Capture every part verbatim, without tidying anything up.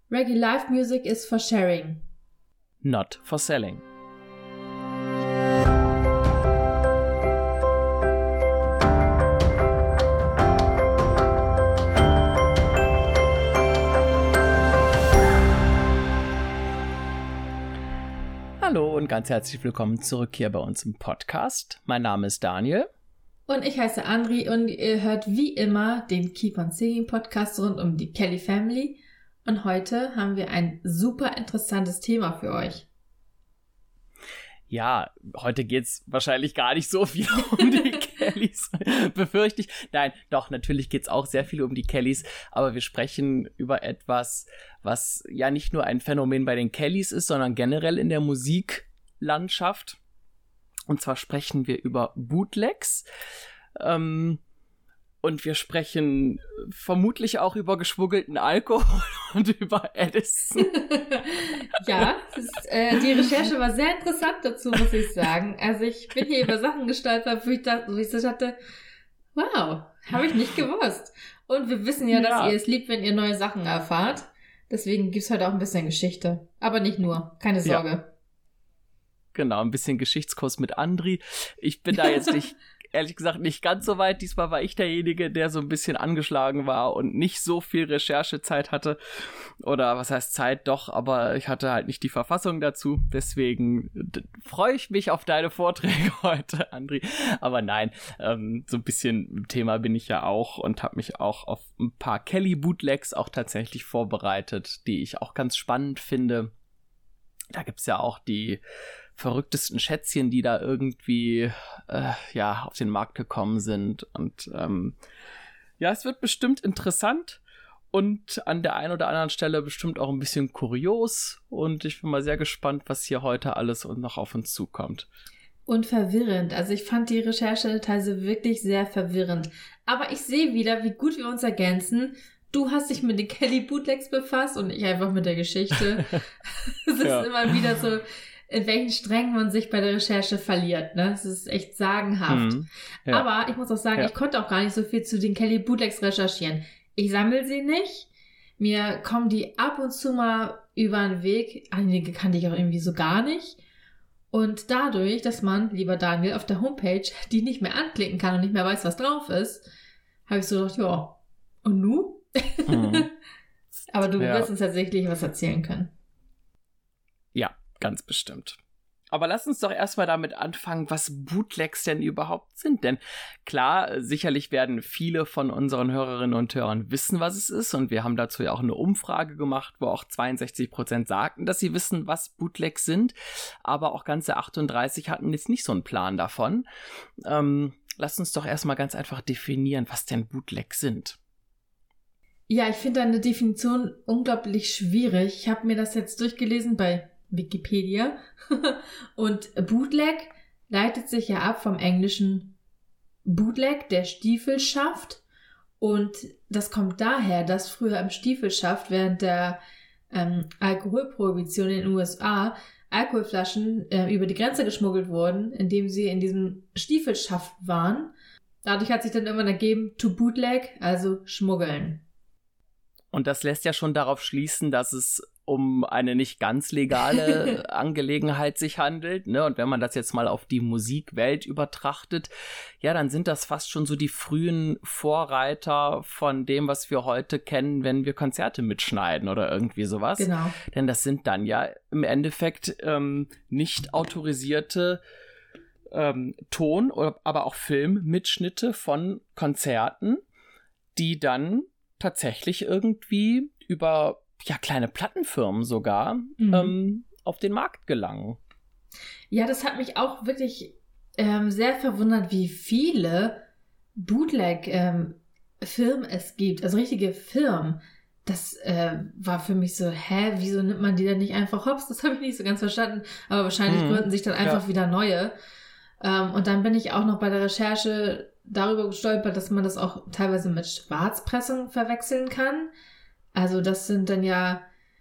Reggae live music is for sharing. Not for selling. Hallo und ganz herzlich willkommen zurück hier bei uns im Podcast. Mein Name ist Daniel. Und ich heiße Andri und ihr hört wie immer den Keep on Singing Podcast rund um die Kelly Family. Und heute haben wir ein super interessantes Thema für euch. Ja, heute geht's wahrscheinlich gar nicht so viel um die Kellys, befürchte ich. Nein, doch, natürlich geht's auch sehr viel um die Kellys, aber wir sprechen über etwas, was ja nicht nur ein Phänomen bei den Kellys ist, sondern generell in der Musiklandschaft. Und zwar sprechen wir über Bootlegs. Ähm, und wir sprechen vermutlich auch über geschmuggelten Alkohol und über Edison. Ja, das ist, äh, die Recherche war sehr interessant dazu, muss ich sagen. Also ich bin hier über Sachen gestolpert, wo ich, dachte, wo ich so dachte, wow, habe ich nicht gewusst. Und wir wissen ja, dass Ja. ihr es liebt, wenn ihr neue Sachen erfahrt. Deswegen gibt's heute auch ein bisschen Geschichte. Aber nicht nur, keine Sorge. Ja. Genau, ein bisschen Geschichtskurs mit Andri. Ich bin da jetzt nicht, ehrlich gesagt, nicht ganz so weit. Diesmal war ich derjenige, der so ein bisschen angeschlagen war und nicht so viel Recherchezeit hatte. Oder was heißt Zeit? Doch, aber ich hatte halt nicht die Verfassung dazu. Deswegen d- freue ich mich auf deine Vorträge heute, Andri. Aber nein, ähm, so ein bisschen im Thema bin ich ja auch und habe mich auch auf ein paar Kelly-Bootlegs auch tatsächlich vorbereitet, die ich auch ganz spannend finde. Da gibt's ja auch die verrücktesten Schätzchen, die da irgendwie äh, ja auf den Markt gekommen sind. Und ähm, ja, es wird bestimmt interessant und an der einen oder anderen Stelle bestimmt auch ein bisschen kurios. Und ich bin mal sehr gespannt, was hier heute alles und noch auf uns zukommt. Und verwirrend. Also ich fand die Recherche teilweise wirklich sehr verwirrend. Aber ich sehe wieder, wie gut wir uns ergänzen. Du hast dich mit den Kelly Bootlegs befasst und ich einfach mit der Geschichte. Es ist Ja. immer wieder so, in welchen Strängen man sich bei der Recherche verliert. Ne? Es ist echt sagenhaft. Mhm. Ja. Aber ich muss auch sagen, Ja. ich konnte auch gar nicht so viel zu den Kelly Bootlegs recherchieren. Ich sammle sie nicht. Mir kommen die ab und zu mal über den Weg. Einige kannte ich auch irgendwie so gar nicht. Und dadurch, dass man, lieber Daniel, auf der Homepage die nicht mehr anklicken kann und nicht mehr weiß, was drauf ist, habe ich so gedacht, ja, und nu? Mhm. Aber du Ja. wirst uns tatsächlich was erzählen können. Ja, ganz bestimmt. Aber lass uns doch erstmal damit anfangen, was Bootlegs denn überhaupt sind. Denn klar, sicherlich werden viele von unseren Hörerinnen und Hörern wissen, was es ist. Und wir haben dazu ja auch eine Umfrage gemacht, wo auch zweiundsechzig Prozent sagten, dass sie wissen, was Bootlegs sind. Aber auch ganze achtunddreißig hatten jetzt nicht so einen Plan davon. Ähm, lass uns doch erstmal ganz einfach definieren, was denn Bootlegs sind. Ja, ich finde deine Definition unglaublich schwierig. Ich habe mir das jetzt durchgelesen bei Wikipedia. Und Bootleg leitet sich ja ab vom englischen Bootleg, der Stiefelschaft. Und das kommt daher, dass früher im Stiefelschaft während der ähm, Alkoholprohibition in den U S A Alkoholflaschen äh, über die Grenze geschmuggelt wurden, indem sie in diesem Stiefelschaft waren. Dadurch hat sich dann irgendwann ergeben, to bootleg, also schmuggeln. Und das lässt ja schon darauf schließen, dass es um eine nicht ganz legale Angelegenheit sich handelt, ne? Und wenn man das jetzt mal auf die Musikwelt übertrachtet, ja, dann sind das fast schon so die frühen Vorreiter von dem, was wir heute kennen, wenn wir Konzerte mitschneiden oder irgendwie sowas. Genau. Denn das sind dann ja im Endeffekt ähm, nicht autorisierte ähm, Ton- oder aber auch Filmmitschnitte von Konzerten, die dann tatsächlich irgendwie über ja kleine Plattenfirmen sogar Mhm. ähm, auf den Markt gelangen. Ja, das hat mich auch wirklich ähm, sehr verwundert, wie viele Bootleg-Firmen es gibt. Also richtige Firmen. Das äh, war für mich so, hä, wieso nimmt man die denn nicht einfach hops? Das habe ich nicht so ganz verstanden. Aber wahrscheinlich Mhm. gründen sich dann einfach Ja. wieder neue. Ähm, und dann bin ich auch noch bei der Recherche darüber gestolpert, dass man das auch teilweise mit Schwarzpressung verwechseln kann. Also das sind dann ja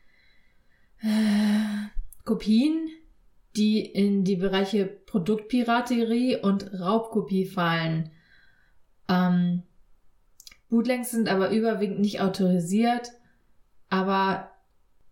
äh, Kopien, die in die Bereiche Produktpiraterie und Raubkopie fallen. Ähm, Bootlegs sind aber überwiegend nicht autorisiert, aber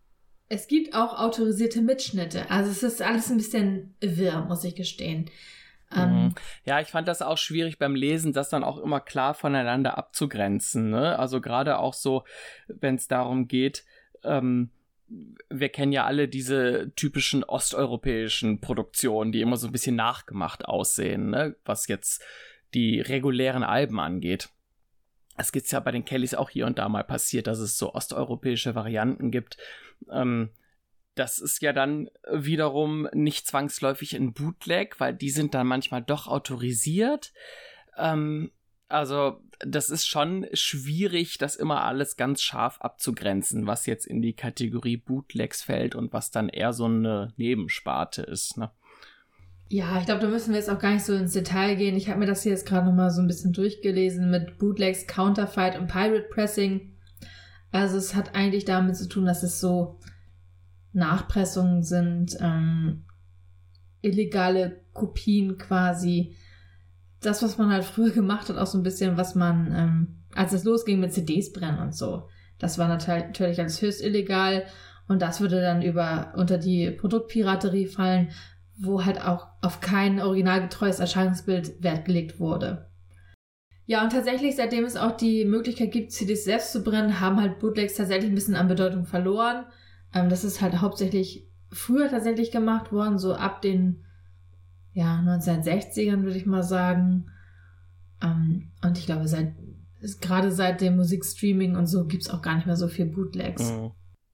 Es gibt auch autorisierte Mitschnitte. Also es ist alles ein bisschen wirr, muss ich gestehen. Ähm, ja, ich fand das auch schwierig beim Lesen, das dann auch immer klar voneinander abzugrenzen. Ne? Also gerade auch so, wenn es darum geht, ähm, wir kennen ja alle diese typischen osteuropäischen Produktionen, die immer so ein bisschen nachgemacht aussehen, ne? Was jetzt die regulären Alben angeht. Es gibt ja bei den Kellys auch hier und da mal passiert, dass es so osteuropäische Varianten gibt. Ähm, das ist ja dann wiederum nicht zwangsläufig ein Bootleg, weil die sind dann manchmal doch autorisiert. Ähm, also das ist schon schwierig, das immer alles ganz scharf abzugrenzen, was jetzt in die Kategorie Bootlegs fällt und was dann eher so eine Nebensparte ist, ne? Ja, ich glaube, da müssen wir jetzt auch gar nicht so ins Detail gehen. Ich habe mir das hier jetzt gerade nochmal so ein bisschen durchgelesen mit Bootlegs, Counterfeit und Pirate Pressing. Also es hat eigentlich damit zu tun, dass es so Nachpressungen sind, ähm, illegale Kopien quasi. Das, was man halt früher gemacht hat, auch so ein bisschen, was man, ähm, als es losging mit C Ds brennen und so. Das war natürlich alles höchst illegal und das würde dann über unter die Produktpiraterie fallen, wo halt auch auf kein originalgetreues Erscheinungsbild Wert gelegt wurde. Ja, und tatsächlich, seitdem es auch die Möglichkeit gibt, C Ds selbst zu brennen, haben halt Bootlegs tatsächlich ein bisschen an Bedeutung verloren. Ähm, das ist halt hauptsächlich früher tatsächlich gemacht worden, so ab den ja, neunzehnhundertsechzigern würde ich mal sagen. Ähm, und ich glaube, seit gerade seit dem Musikstreaming und so gibt es auch gar nicht mehr so viel Bootlegs. Mhm.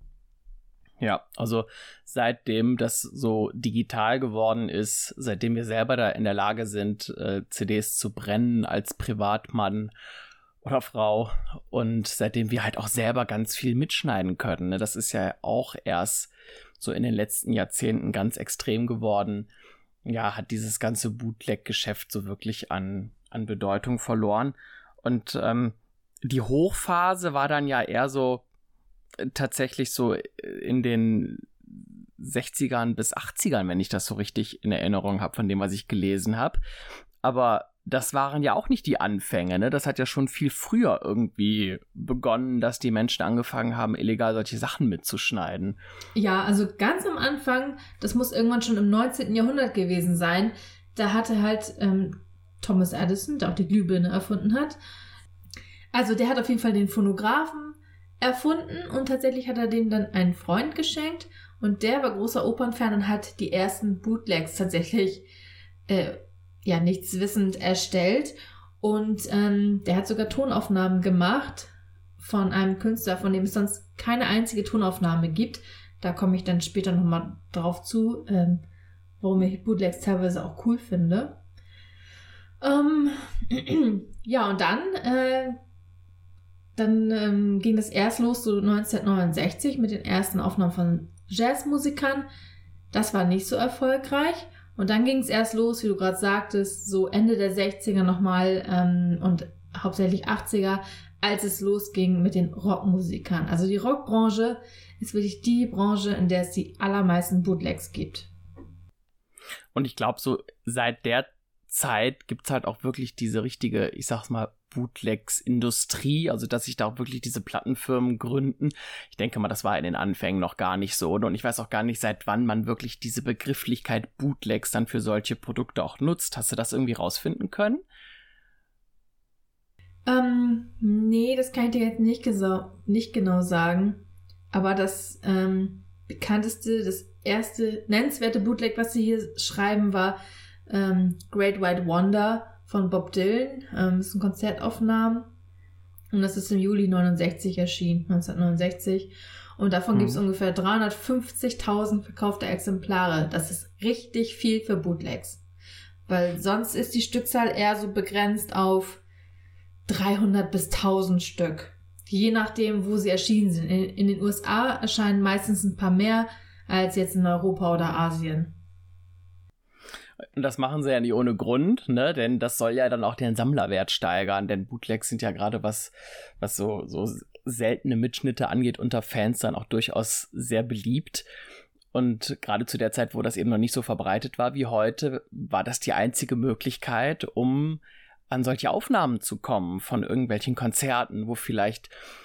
Ja, also seitdem das so digital geworden ist, seitdem wir selber da in der Lage sind, äh, C Ds zu brennen als Privatmann oder Frau und seitdem wir halt auch selber ganz viel mitschneiden können, ne? Das ist ja auch erst so in den letzten Jahrzehnten ganz extrem geworden. Ja, hat dieses ganze Bootleg-Geschäft so wirklich an, an Bedeutung verloren. Und ähm, die Hochphase war dann ja eher so tatsächlich so in den sechzigern bis achtzigern, wenn ich das so richtig in Erinnerung habe, von dem, was ich gelesen habe. Aber das waren ja auch nicht die Anfänge, ne? Das hat ja schon viel früher irgendwie begonnen, dass die Menschen angefangen haben, illegal solche Sachen mitzuschneiden. Ja, also ganz am Anfang, das muss irgendwann schon im neunzehnten Jahrhundert gewesen sein, da hatte halt ähm, Thomas Edison, der auch die Glühbirne erfunden hat, also der hat auf jeden Fall den Phonographen erfunden und tatsächlich hat er dem dann einen Freund geschenkt und der war großer Opernfan und hat die ersten Bootlegs tatsächlich äh, ja nichts wissend erstellt und ähm, der hat sogar Tonaufnahmen gemacht von einem Künstler, von dem es sonst keine einzige Tonaufnahme gibt. Da komme ich dann später nochmal drauf zu, ähm, warum ich Bootlegs teilweise auch cool finde. Ähm, ja, und dann äh, Dann ähm, ging das erst los, so neunzehnhundertneunundsechzig, mit den ersten Aufnahmen von Jazzmusikern. Das war nicht so erfolgreich. Und dann ging es erst los, wie du gerade sagtest, so Ende der sechziger nochmal ähm, und hauptsächlich achtziger, als es losging mit den Rockmusikern. Also die Rockbranche ist wirklich die Branche, in der es die allermeisten Bootlegs gibt. Und ich glaube, so seit der Zeit gibt es halt auch wirklich diese richtige, ich sag's mal, Bootlegs-Industrie, also dass sich da auch wirklich diese Plattenfirmen gründen. Ich denke mal, das war in den Anfängen noch gar nicht so. Und ich weiß auch gar nicht, seit wann man wirklich diese Begrifflichkeit Bootlegs dann für solche Produkte auch nutzt. Hast du das irgendwie rausfinden können? Ähm, nee, das kann ich dir jetzt nicht, gesa- nicht genau sagen. Aber das ähm, bekannteste, das erste nennenswerte Bootleg, was sie hier schreiben, war ähm, Great White Wonder von Bob Dylan. Ähm, das sind Konzertaufnahmen. Und das ist im Juli neunundsechzig erschienen, neunzehnhundertneunundsechzig. Und davon mhm. gibt es ungefähr dreihundertfünfzigtausend verkaufte Exemplare. Das ist richtig viel für Bootlegs. Weil sonst ist die Stückzahl eher so begrenzt auf dreihundert bis tausend Stück. Je nachdem, wo sie erschienen sind. In, in den U S A erscheinen meistens ein paar mehr als jetzt in Europa oder Asien. Und das machen sie ja nicht ohne Grund, ne? Denn das soll ja dann auch den Sammlerwert steigern. Denn Bootlegs sind ja gerade was, was so, so seltene Mitschnitte angeht, unter Fans dann auch durchaus sehr beliebt. Und gerade zu der Zeit, wo das eben noch nicht so verbreitet war wie heute, war das die einzige Möglichkeit, um an solche Aufnahmen zu kommen von irgendwelchen Konzerten, wo vielleicht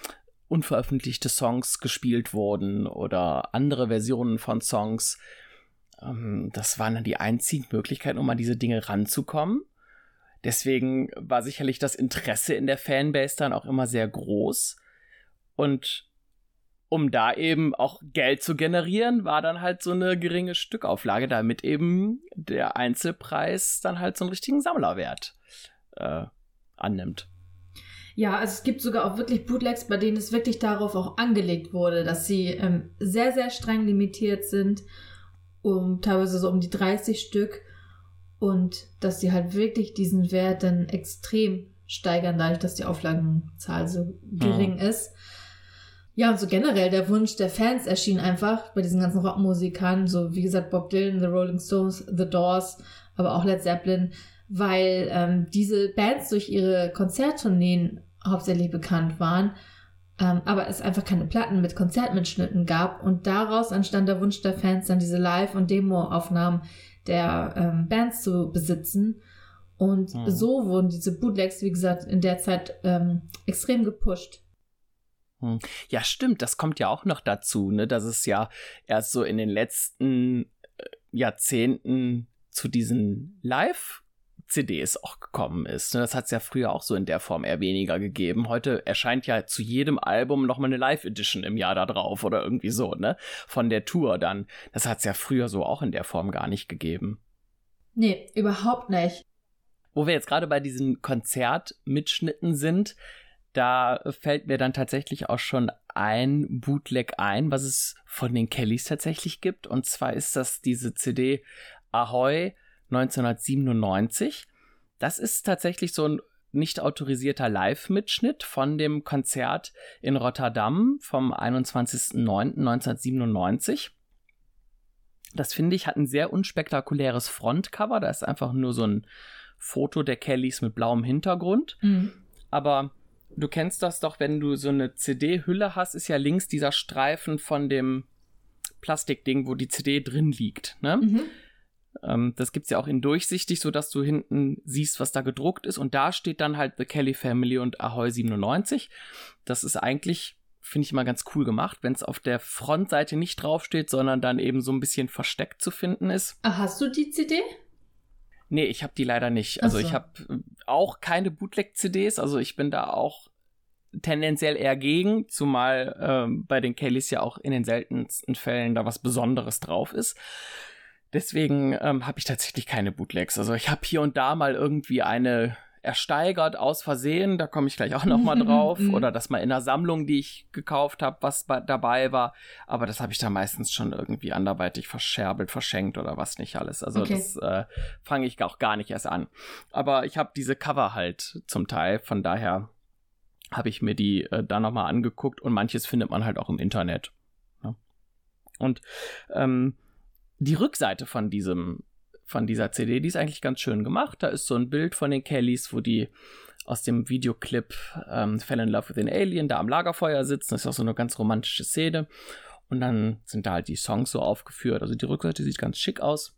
unveröffentlichte Songs gespielt wurden oder andere Versionen von Songs. Ähm, das waren dann die einzigen Möglichkeiten, um an diese Dinge ranzukommen. Deswegen war sicherlich das Interesse in der Fanbase dann auch immer sehr groß. Und um da eben auch Geld zu generieren, war dann halt so eine geringe Stückauflage, damit eben der Einzelpreis dann halt so einen richtigen Sammlerwert äh, annimmt. Ja, also es gibt sogar auch wirklich Bootlegs, bei denen es wirklich darauf auch angelegt wurde, dass sie ähm, sehr, sehr streng limitiert sind, um teilweise so um die dreißig Stück, und dass sie halt wirklich diesen Wert dann extrem steigern, dadurch, dass die Auflagenzahl so gering mhm. ist. Ja, und so generell der Wunsch der Fans erschien einfach bei diesen ganzen Rockmusikern, so wie gesagt Bob Dylan, The Rolling Stones, The Doors, aber auch Led Zeppelin, weil ähm, diese Bands durch ihre Konzerttourneen hauptsächlich bekannt waren, ähm, aber es einfach keine Platten mit Konzertmitschnitten gab, und daraus entstand der Wunsch der Fans, dann diese Live- und Demo-Aufnahmen der ähm, Bands zu besitzen, und mhm. so wurden diese Bootlegs, wie gesagt, in der Zeit ähm, extrem gepusht. Ja, stimmt, das kommt ja auch noch dazu, ne, dass es ja erst so in den letzten äh, Jahrzehnten zu diesen Live-C Ds auch gekommen ist. Ne? Das hat es ja früher auch so in der Form eher weniger gegeben. Heute erscheint ja zu jedem Album nochmal eine Live-Edition im Jahr da drauf oder irgendwie so, ne, von der Tour dann. Das hat es ja früher so auch in der Form gar nicht gegeben. Nee, überhaupt nicht. Wo wir jetzt gerade bei diesen Konzertmitschnitten sind, da fällt mir dann tatsächlich auch schon ein Bootleg ein, was es von den Kellys tatsächlich gibt. Und zwar ist das diese C D Ahoy neunzehnhundertsiebenundneunzig. Das ist tatsächlich so ein nicht autorisierter Live-Mitschnitt von dem Konzert in Rotterdam vom einundzwanzigsten neunten neunzehnhundertsiebenundneunzig. Das, finde ich, hat ein sehr unspektakuläres Frontcover. Da ist einfach nur so ein Foto der Kellys mit blauem Hintergrund. Mhm. Aber du kennst das doch, wenn du so eine C D-Hülle hast, ist ja links dieser Streifen von dem Plastikding, wo die C D drin liegt, ne? Mhm. Ähm, das gibt's ja auch in durchsichtig, sodass du hinten siehst, was da gedruckt ist, und da steht dann halt The Kelly Family und Ahoy siebenundneunzig. Das ist eigentlich, finde ich mal ganz cool gemacht, wenn es auf der Frontseite nicht draufsteht, sondern dann eben so ein bisschen versteckt zu finden ist. Ach, hast du die C D? Nee, ich habe die leider nicht. Also so. Ich habe auch keine Bootleg-C Ds. Also ich bin da auch tendenziell eher gegen, zumal ähm, bei den Kellys ja auch in den seltensten Fällen da was Besonderes drauf ist. Deswegen ähm, habe ich tatsächlich keine Bootlegs. Also ich habe hier und da mal irgendwie eine ersteigert aus Versehen, da komme ich gleich auch noch mal drauf, oder das mal in einer Sammlung, die ich gekauft habe, was ba- dabei war, aber das habe ich dann meistens schon irgendwie anderweitig verscherbelt, verschenkt oder was nicht alles, also okay. Das äh, fange ich auch gar nicht erst an, aber ich habe diese Cover halt zum Teil, von daher habe ich mir die äh, da noch mal angeguckt, und manches findet man halt auch im Internet, ja. Und ähm, die Rückseite von diesem von dieser C D, die ist eigentlich ganz schön gemacht. Da ist so ein Bild von den Kellys, wo die aus dem Videoclip ähm, Fell in Love with an Alien da am Lagerfeuer sitzen. Das ist auch so eine ganz romantische Szene. Und dann sind da halt die Songs so aufgeführt. Also die Rückseite sieht ganz schick aus.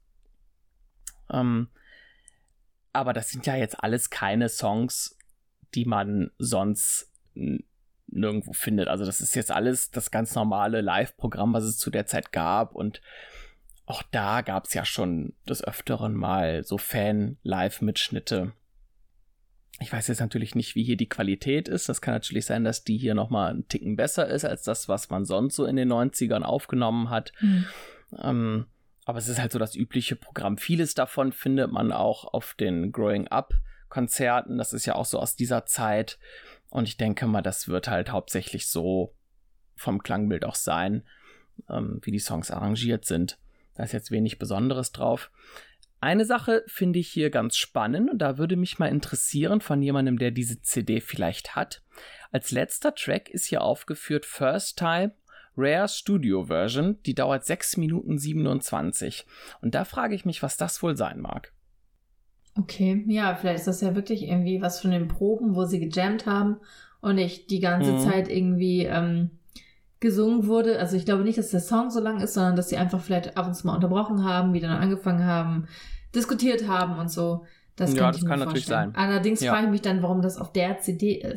Ähm, aber das sind ja jetzt alles keine Songs, die man sonst n- nirgendwo findet. Also das ist jetzt alles das ganz normale Live-Programm, was es zu der Zeit gab, und auch da gab es ja schon des Öfteren mal so Fan-Live-Mitschnitte. Ich weiß jetzt natürlich nicht, wie hier die Qualität ist. Das kann natürlich sein, dass die hier nochmal einen Ticken besser ist als das, was man sonst so in den neunzigern aufgenommen hat. Mhm. Ähm, aber es ist halt so das übliche Programm. Vieles davon findet man auch auf den Growing-Up-Konzerten. Das ist ja auch so aus dieser Zeit. Und ich denke mal, das wird halt hauptsächlich so vom Klangbild auch sein, ähm, wie die Songs arrangiert sind. Da ist jetzt wenig Besonderes drauf. Eine Sache finde ich hier ganz spannend, und da würde mich mal interessieren von jemandem, der diese C D vielleicht hat. Als letzter Track ist hier aufgeführt First Time Rare Studio Version. Die dauert sechs Minuten siebenundzwanzig. Und da frage ich mich, was das wohl sein mag. Okay, ja, vielleicht ist das ja wirklich irgendwie was von den Proben, wo sie gejammt haben und nicht die ganze mhm. Zeit irgendwie ähm, gesungen wurde. Also ich glaube nicht, dass der Song so lang ist, sondern dass sie einfach vielleicht ab und zu mal unterbrochen haben, wieder dann angefangen haben, diskutiert haben und so. Das ja, kann das ich mir kann vorstellen. natürlich sein. Allerdings ja. frage ich mich dann, warum das auf der C D ist.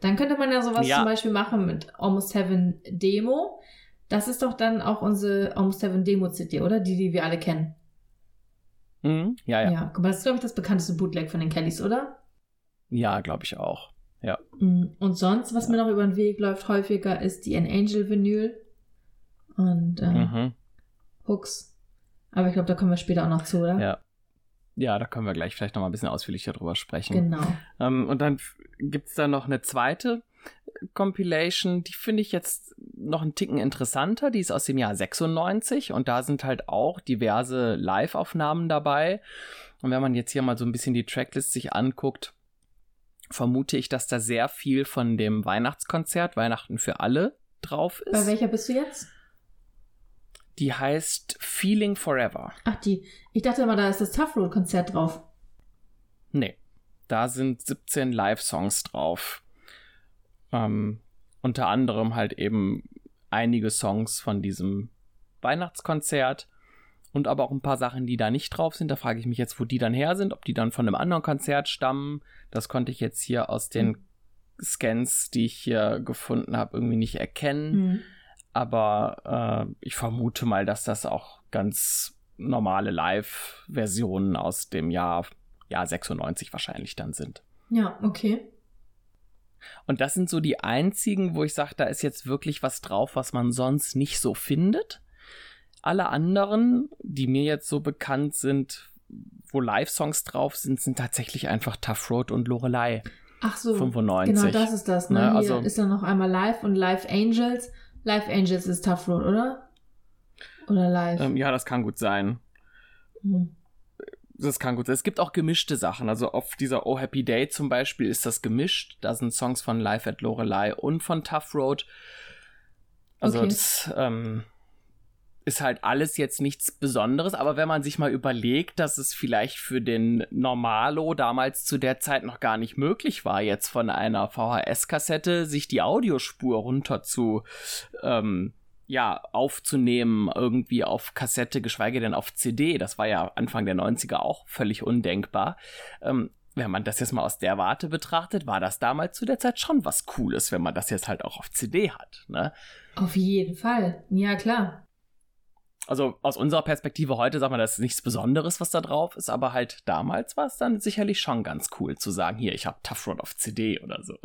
Dann könnte man ja sowas Ja. zum Beispiel machen mit Almost Heaven Demo. Das ist doch dann auch unsere Almost Heaven Demo-C D, oder? Die, die wir alle kennen. Mhm. Ja, ja. Ja, guck mal, das ist, glaube ich, das bekannteste Bootleg von den Kellys, oder? Ja, glaube ich auch. Ja. Und sonst, was Ja. mir noch über den Weg läuft, häufiger, ist die An Angel Vinyl und äh, Mhm. Hooks. Aber ich glaube, da kommen wir später auch noch zu, oder? Ja. Ja, da können wir gleich vielleicht noch mal ein bisschen ausführlicher drüber sprechen. Genau. Ähm, und dann gibt es da noch eine zweite Compilation, die finde ich jetzt noch einen Ticken interessanter. Die ist aus dem Jahr sechsundneunzig und da sind halt auch diverse Live-Aufnahmen dabei. Und wenn man jetzt hier mal so ein bisschen die Tracklist sich anguckt, vermute ich, dass da sehr viel von dem Weihnachtskonzert Weihnachten für alle drauf ist. Bei welcher bist du jetzt? Die heißt Feeling Forever. Ach, die. Ich dachte immer, da ist das Tough Road Konzert drauf. Nee, da sind siebzehn Live-Songs drauf. Ähm, unter anderem halt eben einige Songs von diesem Weihnachtskonzert und aber auch ein paar Sachen, die da nicht drauf sind. Da frage ich mich jetzt, wo die dann her sind, ob die dann von einem anderen Konzert stammen. Das konnte ich jetzt hier aus den Scans, die ich hier gefunden habe, irgendwie nicht erkennen. Hm. Aber äh, ich vermute mal, dass das auch ganz normale Live-Versionen aus dem Jahr, Jahr sechsundneunzig wahrscheinlich dann sind. Ja, okay. Und das sind so die einzigen, wo ich sage, da ist jetzt wirklich was drauf, was man sonst nicht so findet. Alle anderen, die mir jetzt so bekannt sind, wo Live-Songs drauf sind, sind tatsächlich einfach Tough Road und Lorelei. Ach so, fünfundneunzig. genau das ist das, ne? Ne, Hier also- ist dann noch einmal Live und Live Angels. Live Angels ist Tough Road, oder? Oder Live? Ähm, ja, das kann gut sein. Hm. Das kann gut sein. Es gibt auch gemischte Sachen. Also auf dieser Oh Happy Day zum Beispiel ist das gemischt. Da sind Songs von Live at Lorelei und von Tough Road. Also Okay. das ähm, ist halt alles jetzt nichts Besonderes. Aber wenn man sich mal überlegt, dass es vielleicht für den Normalo damals zu der Zeit noch gar nicht möglich war, jetzt von einer V H S-Kassette sich die Audiospur runter zu ähm, ja, aufzunehmen, irgendwie auf Kassette, geschweige denn auf C D. Das war ja Anfang der neunziger auch völlig undenkbar. Ähm, wenn man das jetzt mal aus der Warte betrachtet, war das damals zu der Zeit schon was Cooles, wenn man das jetzt halt auch auf C D hat, ne? Auf jeden Fall. Ja, klar. Also aus unserer Perspektive heute sagt man, das ist nichts Besonderes, was da drauf ist, aber halt damals war es dann sicherlich schon ganz cool zu sagen, hier, ich habe Tough Road auf C D oder so.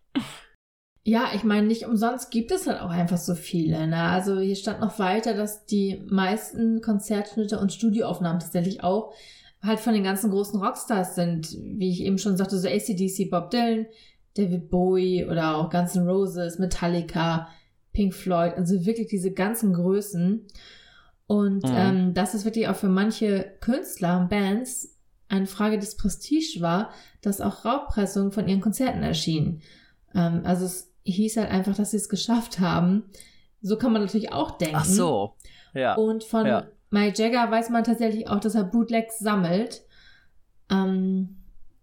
Ja, ich meine, nicht umsonst gibt es halt auch einfach so viele. Ne? Also hier stand noch weiter, dass die meisten Konzertschnitte und Studioaufnahmen tatsächlich auch halt von den ganzen großen Rockstars sind. Wie ich eben schon sagte, so A C D C, Bob Dylan, David Bowie oder auch Guns N' Roses, Metallica, Pink Floyd. Also wirklich diese ganzen Größen. Und Mhm. ähm, dass es wirklich auch für manche Künstler und Bands eine Frage des Prestige war, dass auch Raubpressungen von ihren Konzerten erschienen. Ähm, also es hieß halt einfach, dass sie es geschafft haben. So kann man natürlich auch denken. Ach so, ja. Und von ja. Mick Jagger weiß man tatsächlich auch, dass er Bootlegs sammelt. Ähm,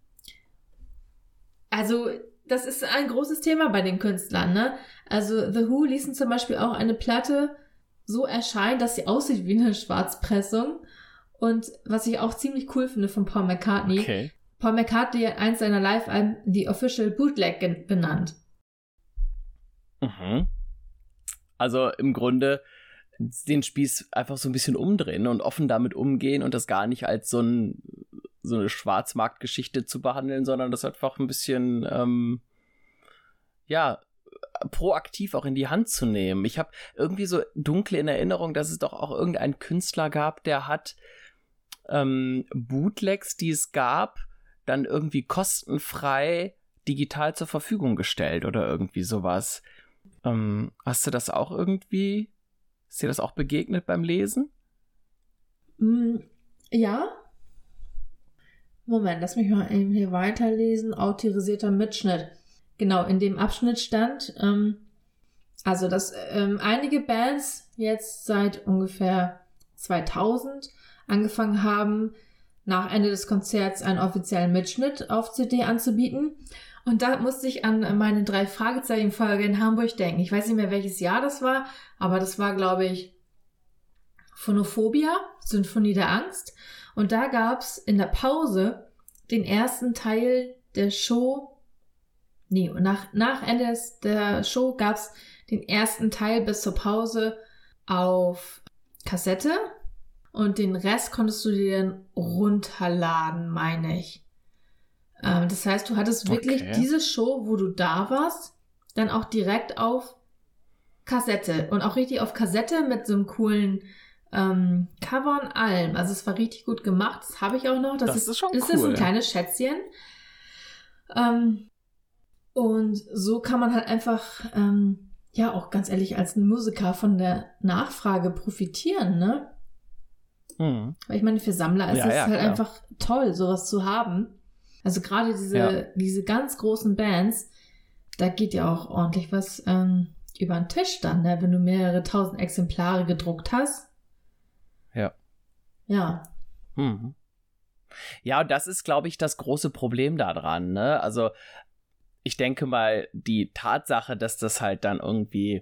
also das ist ein großes Thema bei den Künstlern, ne? Also The Who ließen zum Beispiel auch eine Platte so erscheinen, dass sie aussieht wie eine Schwarzpressung. Und was ich auch ziemlich cool finde von Paul McCartney, Okay. Paul McCartney hat eins seiner Live-Alben die Official Bootleg gen- benannt. Mhm. Also im Grunde den Spieß einfach so ein bisschen umdrehen und offen damit umgehen und das gar nicht als so, ein, so eine Schwarzmarktgeschichte zu behandeln, sondern das einfach ein bisschen, ähm, ja, proaktiv auch in die Hand zu nehmen. Ich habe irgendwie so dunkle in Erinnerung, dass es doch auch irgendeinen Künstler gab, der hat ähm, Bootlegs, die es gab, dann irgendwie kostenfrei digital zur Verfügung gestellt oder irgendwie sowas. Ähm, hast du das auch irgendwie, ist dir das auch begegnet beim Lesen? Mm, ja. Moment, lass mich mal eben hier weiterlesen. Autorisierter Mitschnitt. Genau, in dem Abschnitt stand, ähm, also dass ähm, einige Bands jetzt seit ungefähr zweitausend angefangen haben, nach Ende des Konzerts einen offiziellen Mitschnitt auf C D anzubieten. Und da musste ich an meine drei Fragezeichen-Folge in Hamburg denken. Ich weiß nicht mehr, welches Jahr das war, aber das war, glaube ich, Phonophobia, Symphonie der Angst. Und da gab's in der Pause den ersten Teil der Show Nee, und nach, nach Ende des, der Show gab es den ersten Teil bis zur Pause auf Kassette und den Rest konntest du dir dann runterladen, meine ich. Ähm, das heißt, du hattest wirklich Okay. diese Show, wo du da warst, dann auch direkt auf Kassette und auch richtig auf Kassette mit so einem coolen ähm, Cover und allem. Also es war richtig gut gemacht, das habe ich auch noch. Das, Das ist, ist schon das ist cool. ein kleines Schätzchen. Ähm, und so kann man halt einfach, ähm, ja auch ganz ehrlich, als Musiker von der Nachfrage profitieren, ne? Mhm. Weil ich meine, für Sammler ist Ja, es ja, halt klar. einfach toll, sowas zu haben. Also gerade diese, Ja. diese ganz großen Bands, da geht ja auch ordentlich was ähm, über den Tisch dann, ne? Wenn du mehrere tausend Exemplare gedruckt hast. Ja. Ja. Mhm. Ja, und das ist, glaube ich, das große Problem daran, ne? Also, ich denke mal, die Tatsache, dass das halt dann irgendwie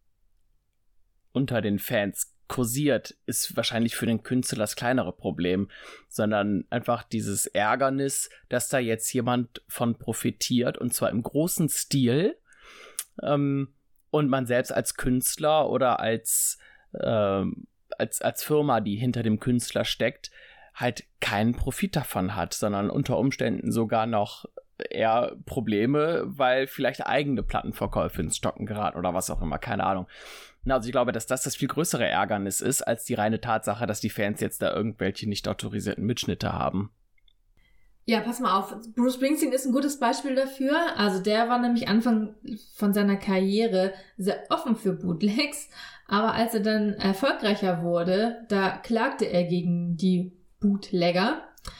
unter den Fans kursiert, ist wahrscheinlich für den Künstler das kleinere Problem, sondern einfach dieses Ärgernis, dass da jetzt jemand von profitiert und zwar im großen Stil ähm, und man selbst als Künstler oder als, ähm, als, als Firma, die hinter dem Künstler steckt, halt keinen Profit davon hat, sondern unter Umständen sogar noch eher Probleme, weil vielleicht eigene Plattenverkäufe ins Stocken geraten oder was auch immer, keine Ahnung. Na, also ich glaube, dass das das viel größere Ärgernis ist, als die reine Tatsache, dass die Fans jetzt da irgendwelche nicht autorisierten Mitschnitte haben. Ja, pass mal auf. Bruce Springsteen ist ein gutes Beispiel dafür. Also der war nämlich Anfang von seiner Karriere sehr offen für Bootlegs. Aber als er dann erfolgreicher wurde, da klagte er gegen die Bootlegger.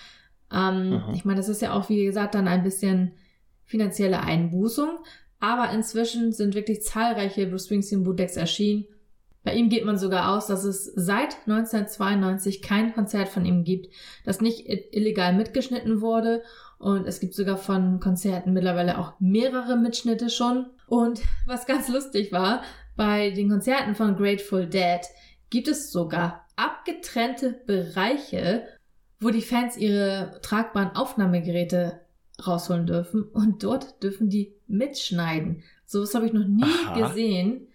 Ähm, Mhm. Ich meine, das ist ja auch, wie gesagt, dann ein bisschen finanzielle Einbußung. Aber inzwischen sind wirklich zahlreiche Bruce Springsteen Bootlegs erschienen. Bei ihm geht man sogar aus, dass es seit neunzehnhundertzweiundneunzig kein Konzert von ihm gibt, das nicht illegal mitgeschnitten wurde. Und es gibt sogar von Konzerten mittlerweile auch mehrere Mitschnitte schon. Und was ganz lustig war, bei den Konzerten von Grateful Dead gibt es sogar abgetrennte Bereiche, wo die Fans ihre tragbaren Aufnahmegeräte rausholen dürfen. Und dort dürfen die mitschneiden. So was habe ich noch nie Aha. gesehen.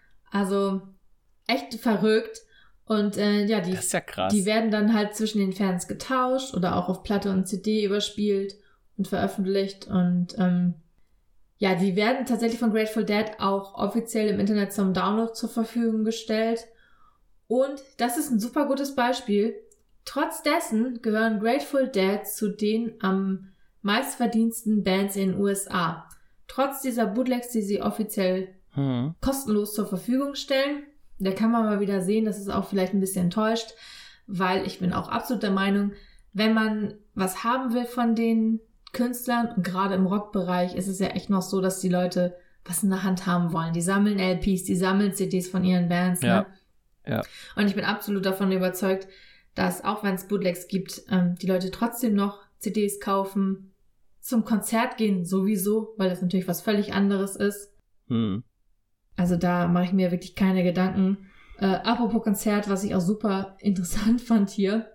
Also echt verrückt. Und äh, ja, die, Das ist ja krass. die werden dann halt zwischen den Fans getauscht oder auch auf Platte und C D überspielt und veröffentlicht. Und ähm, ja, die werden tatsächlich von Grateful Dead auch offiziell im Internet zum Download zur Verfügung gestellt. Und das ist ein super gutes Beispiel. Trotz dessen gehören Grateful Dead zu den am meistverdiensten Bands in den U S A. Trotz dieser Bootlegs, die sie offiziell hm. kostenlos zur Verfügung stellen. Da kann man mal wieder sehen, das ist auch vielleicht ein bisschen enttäuscht, weil ich bin auch absolut der Meinung, wenn man was haben will von den Künstlern, und gerade im Rockbereich ist es ja echt noch so, dass die Leute was in der Hand haben wollen. Die sammeln L Ps, die sammeln C Ds von ihren Bands. Ja. Ne? Ja. Und ich bin absolut davon überzeugt, dass auch wenn es Bootlegs gibt, ähm, die Leute trotzdem noch C Ds kaufen, zum Konzert gehen sowieso, weil das natürlich was völlig anderes ist. Hm. Also da mache ich mir wirklich keine Gedanken. Äh, apropos Konzert, was ich auch super interessant fand hier,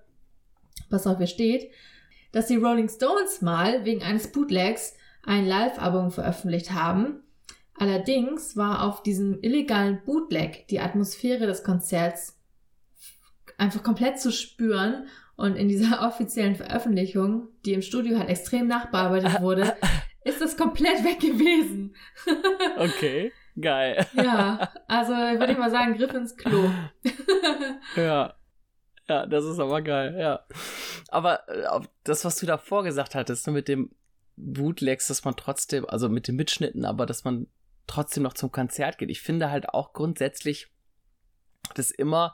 was auf hier steht, dass die Rolling Stones mal wegen eines Bootlegs ein Live-Album veröffentlicht haben. Allerdings war auf diesem illegalen Bootleg die Atmosphäre des Konzerts einfach komplett zu spüren. Und in dieser offiziellen Veröffentlichung, die im Studio halt extrem nachbearbeitet wurde, ist das komplett weg gewesen. Okay, geil. Ja, also würde ich mal sagen, Griff ins Klo. Ja. Ja, das ist aber geil, ja. Aber äh, das, was du davor gesagt hattest, nur mit dem Bootlegs, dass man trotzdem, also mit den Mitschnitten, aber dass man trotzdem noch zum Konzert geht. Ich finde halt auch grundsätzlich das immer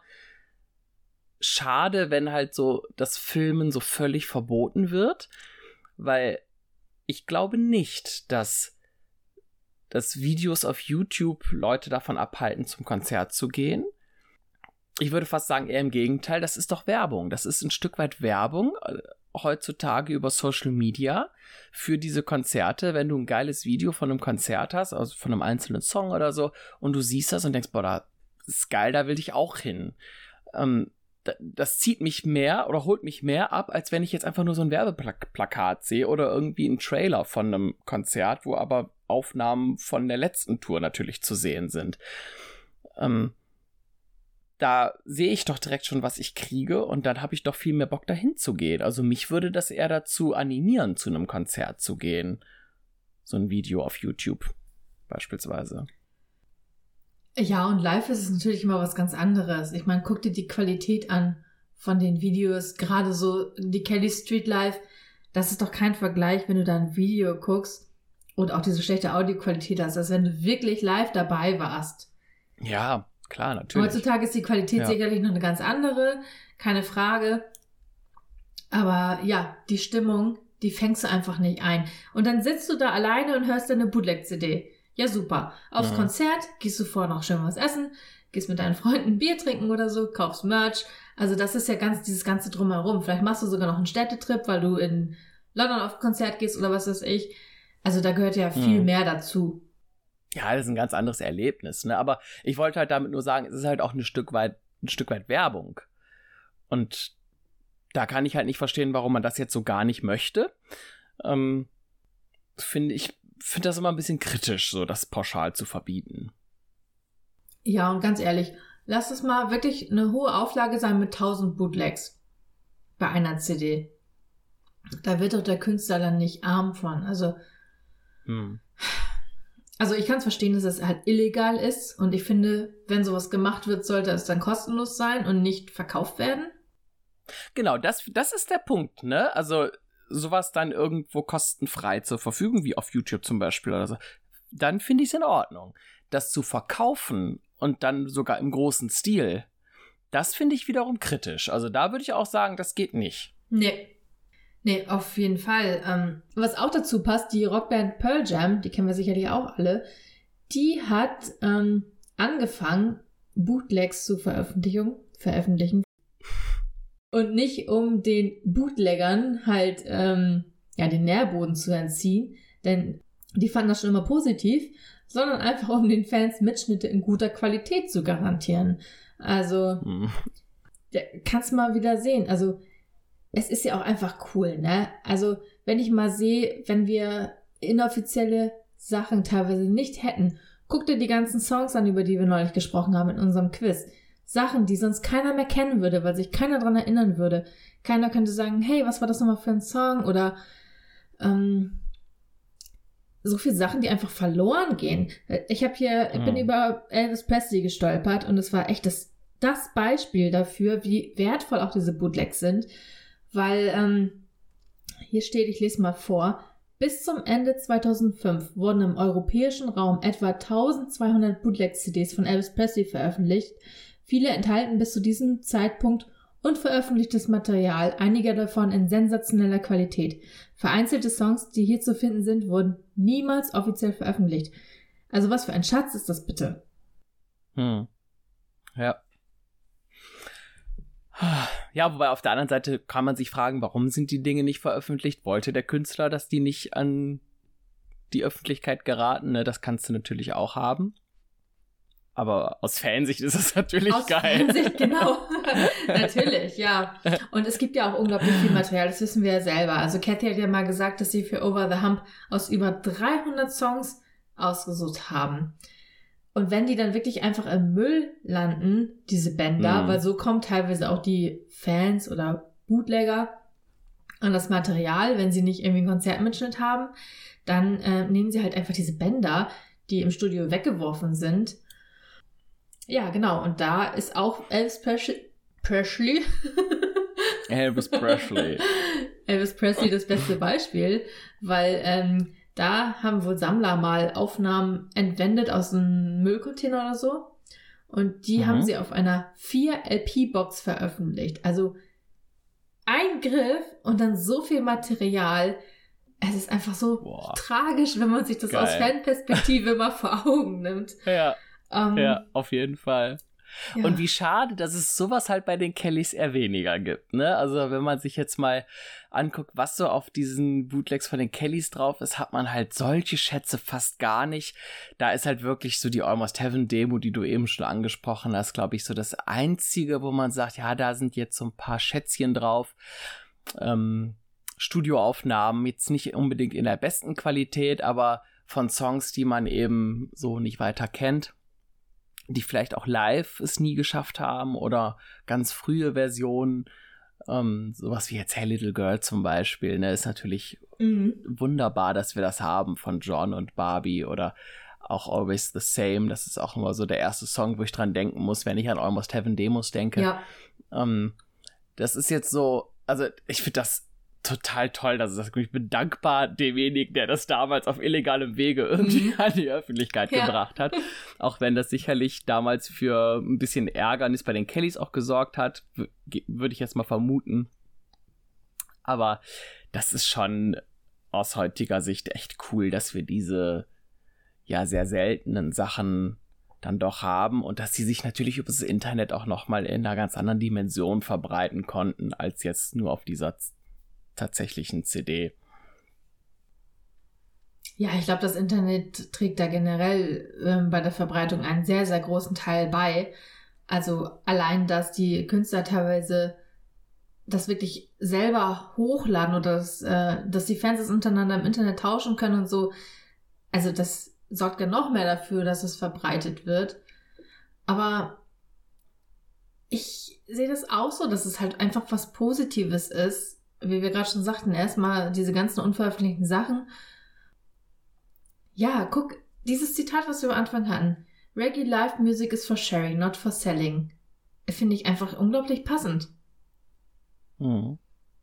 schade, wenn halt so das Filmen so völlig verboten wird, weil ich glaube nicht, dass, dass Videos auf YouTube Leute davon abhalten, zum Konzert zu gehen. Ich würde fast sagen, eher im Gegenteil, das ist doch Werbung. Das ist ein Stück weit Werbung äh, heutzutage über Social Media für diese Konzerte. Wenn du ein geiles Video von einem Konzert hast, also von einem einzelnen Song oder so, und du siehst das und denkst, boah, das ist geil, da will ich auch hin. Ähm, das zieht mich mehr oder holt mich mehr ab, als wenn ich jetzt einfach nur so ein Werbeplakat sehe oder irgendwie einen Trailer von einem Konzert, wo aber Aufnahmen von der letzten Tour natürlich zu sehen sind. Ähm, da sehe ich doch direkt schon, was ich kriege und dann habe ich doch viel mehr Bock, dahin zu gehen. Also mich würde das eher dazu animieren, zu einem Konzert zu gehen. So ein Video auf YouTube beispielsweise. Ja, und live ist es natürlich immer was ganz anderes. Ich meine, guck dir die Qualität an von den Videos, gerade so die Kelly Street Live. Das ist doch kein Vergleich, wenn du da ein Video guckst und auch diese schlechte Audioqualität hast, als wenn du wirklich live dabei warst. Ja, klar, natürlich. Heutzutage ist die Qualität ja sicherlich noch eine ganz andere, keine Frage. Aber ja, die Stimmung, die fängst du einfach nicht ein. Und dann sitzt du da alleine und hörst deine Bootleg-C D. Ja, super. Aufs ja. Konzert gehst du vorher noch schön was essen, gehst mit deinen Freunden ein Bier trinken oder so, kaufst Merch. Also das ist ja ganz dieses ganze Drumherum. Vielleicht machst du sogar noch einen Städtetrip, weil du in London auf Konzert gehst oder was weiß ich. Also da gehört ja viel mhm. mehr dazu. Ja, das ist ein ganz anderes Erlebnis, ne? Aber ich wollte halt damit nur sagen, es ist halt auch ein Stück weit, ein Stück weit Werbung. Und da kann ich halt nicht verstehen, warum man das jetzt so gar nicht möchte. Ähm, finde ich, finde das immer ein bisschen kritisch, so das pauschal zu verbieten. Ja, und ganz ehrlich, lass es mal wirklich eine hohe Auflage sein mit tausend Bootlegs bei einer C D. Da wird doch der Künstler dann nicht arm von. Also, hm. also ich kann es verstehen, dass es halt illegal ist. Und ich finde, wenn sowas gemacht wird, sollte es dann kostenlos sein und nicht verkauft werden. Genau, das, das ist der Punkt, ne? Also sowas dann irgendwo kostenfrei zur Verfügung, wie auf YouTube zum Beispiel oder so, dann finde ich es in Ordnung. Das zu verkaufen und dann sogar im großen Stil, das finde ich wiederum kritisch. Also da würde ich auch sagen, das geht nicht. Nee. Nee, auf jeden Fall. Ähm, was auch dazu passt, die Rockband Pearl Jam, die kennen wir sicherlich auch alle, die hat ähm, angefangen, Bootlegs zu veröffentlichen, veröffentlichen. Und nicht um den Bootleggern halt ähm, ja, den Nährboden zu entziehen, denn die fanden das schon immer positiv, sondern einfach um den Fans Mitschnitte in guter Qualität zu garantieren. Also, hm. ja, kannst mal wieder sehen. Also, es ist ja auch einfach cool, ne? Also, wenn ich mal sehe, wenn wir inoffizielle Sachen teilweise nicht hätten, guck dir die ganzen Songs an, über die wir neulich gesprochen haben in unserem Quiz. Sachen, die sonst keiner mehr kennen würde, weil sich keiner dran erinnern würde. Keiner könnte sagen, hey, was war das nochmal für ein Song? Oder ähm, so viele Sachen, die einfach verloren gehen. Ich habe hier, ich bin über Elvis Presley gestolpert und es war echt das, das Beispiel dafür, wie wertvoll auch diese Bootlegs sind. Weil ähm, hier steht, ich lese mal vor, bis zum Ende zweitausendfünf wurden im europäischen Raum etwa eintausendzweihundert Bootleg-C Ds von Elvis Presley veröffentlicht. Viele enthalten bis zu diesem Zeitpunkt unveröffentlichtes Material, einige davon in sensationeller Qualität. Vereinzelte Songs, die hier zu finden sind, wurden niemals offiziell veröffentlicht. Also was für ein Schatz ist das bitte? Hm. Ja. Ja, wobei auf der anderen Seite kann man sich fragen, warum sind die Dinge nicht veröffentlicht? Wollte der Künstler, dass die nicht an die Öffentlichkeit geraten? Ne, das kannst du natürlich auch haben. Aber aus Fansicht ist es natürlich aus geil. Aus Fansicht, genau. Natürlich, ja. Und es gibt ja auch unglaublich viel Material, das wissen wir ja selber. Also Cathy hat ja mal gesagt, dass sie für Over the Hump aus über dreihundert Songs ausgesucht haben. Und wenn die dann wirklich einfach im Müll landen, diese Bänder, mhm. weil so kommen teilweise auch die Fans oder Bootlegger an das Material, wenn sie nicht irgendwie einen Konzertmitschnitt haben, dann äh, nehmen sie halt einfach diese Bänder, die im Studio weggeworfen sind. Ja, genau. Und da ist auch Elvis Presley, Presley. Elvis Presley. Elvis Presley das beste Beispiel, weil ähm, da haben wohl Sammler mal Aufnahmen entwendet aus einem Müllcontainer oder so. Und die mhm. haben sie auf einer vier L P-Box veröffentlicht. Also ein Griff und dann so viel Material. Es ist einfach so Boah. tragisch, wenn man sich das Geil. aus Fanperspektive mal vor Augen nimmt. Ja. Um, ja, auf jeden Fall. Ja. Und wie schade, dass es sowas halt bei den Kellys eher weniger gibt, ne? Also wenn man sich jetzt mal anguckt, was so auf diesen Bootlegs von den Kellys drauf ist, hat man halt solche Schätze fast gar nicht. Da ist halt wirklich so die Almost Heaven Demo, die du eben schon angesprochen hast, glaube ich, so das Einzige, wo man sagt, ja, da sind jetzt so ein paar Schätzchen drauf. Ähm, Studioaufnahmen, jetzt nicht unbedingt in der besten Qualität, aber von Songs, die man eben so nicht weiter kennt, die vielleicht auch live es nie geschafft haben oder ganz frühe Versionen, ähm, sowas wie jetzt Hey Little Girl zum Beispiel, ne, ist natürlich mhm. wunderbar, dass wir das haben von John und Barbie oder auch Always the Same, das ist auch immer so der erste Song, wo ich dran denken muss, wenn ich an Almost Heaven Demos denke. Ja. Ähm, das ist jetzt so, also ich finde das total toll, dass es das, ich bin dankbar demjenigen, der das damals auf illegalem Wege irgendwie mhm. an die Öffentlichkeit ja. gebracht hat. Auch wenn das sicherlich damals für ein bisschen Ärgernis bei den Kellys auch gesorgt hat, w- würde ich jetzt mal vermuten. Aber das ist schon aus heutiger Sicht echt cool, dass wir diese ja sehr seltenen Sachen dann doch haben und dass sie sich natürlich über das Internet auch nochmal in einer ganz anderen Dimension verbreiten konnten, als jetzt nur auf dieser z- tatsächlichen C D. Ja, ich glaube, das Internet trägt da generell ähm, bei der Verbreitung einen sehr, sehr großen Teil bei. Also allein, dass die Künstler teilweise das wirklich selber hochladen oder dass, äh, dass die Fans es untereinander im Internet tauschen können und so. Also das sorgt ja noch mehr dafür, dass es verbreitet wird. Aber ich sehe das auch so, dass es halt einfach was Positives ist. Wie wir gerade schon sagten, erstmal diese ganzen unveröffentlichten Sachen. Ja, guck, dieses Zitat, was wir am Anfang hatten. Reggae Live Music is for sharing, not for selling. Finde ich einfach unglaublich passend. Mhm.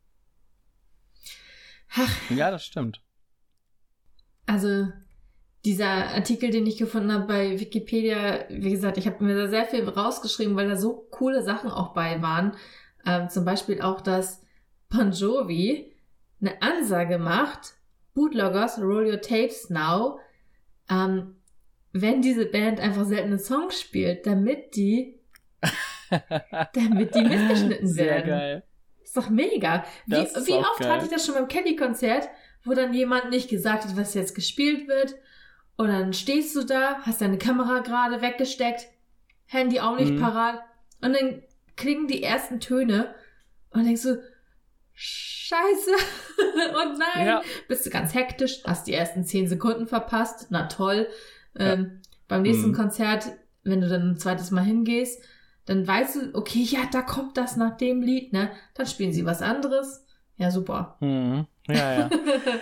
Ach. Ja, das stimmt. Also dieser Artikel, den ich gefunden habe bei Wikipedia, wie gesagt, ich habe mir da sehr viel rausgeschrieben, weil da so coole Sachen auch bei waren. Ähm, zum Beispiel auch, dass Bon Jovi eine Ansage macht, Bootleggers, roll your tapes now, ähm, wenn diese Band einfach seltene Songs spielt, damit die damit die mitgeschnitten Sehr werden. Geil. Ist doch mega. Wie, ist wie oft geil. hatte ich das schon beim Kelly-Konzert, wo dann jemand nicht gesagt hat, was jetzt gespielt wird. Und dann stehst du da, hast deine Kamera gerade weggesteckt, Handy auch nicht mhm. parat. Und dann klingen die ersten Töne und denkst du, Scheiße. Und nein, ja. bist du ganz hektisch, hast die ersten zehn Sekunden verpasst. Na toll. Ja. Ähm, beim nächsten mhm. Konzert, wenn du dann ein zweites Mal hingehst, dann weißt du, okay, ja, da kommt das nach dem Lied, ne? Dann spielen sie was anderes. Ja, super. Mhm. Ja, ja.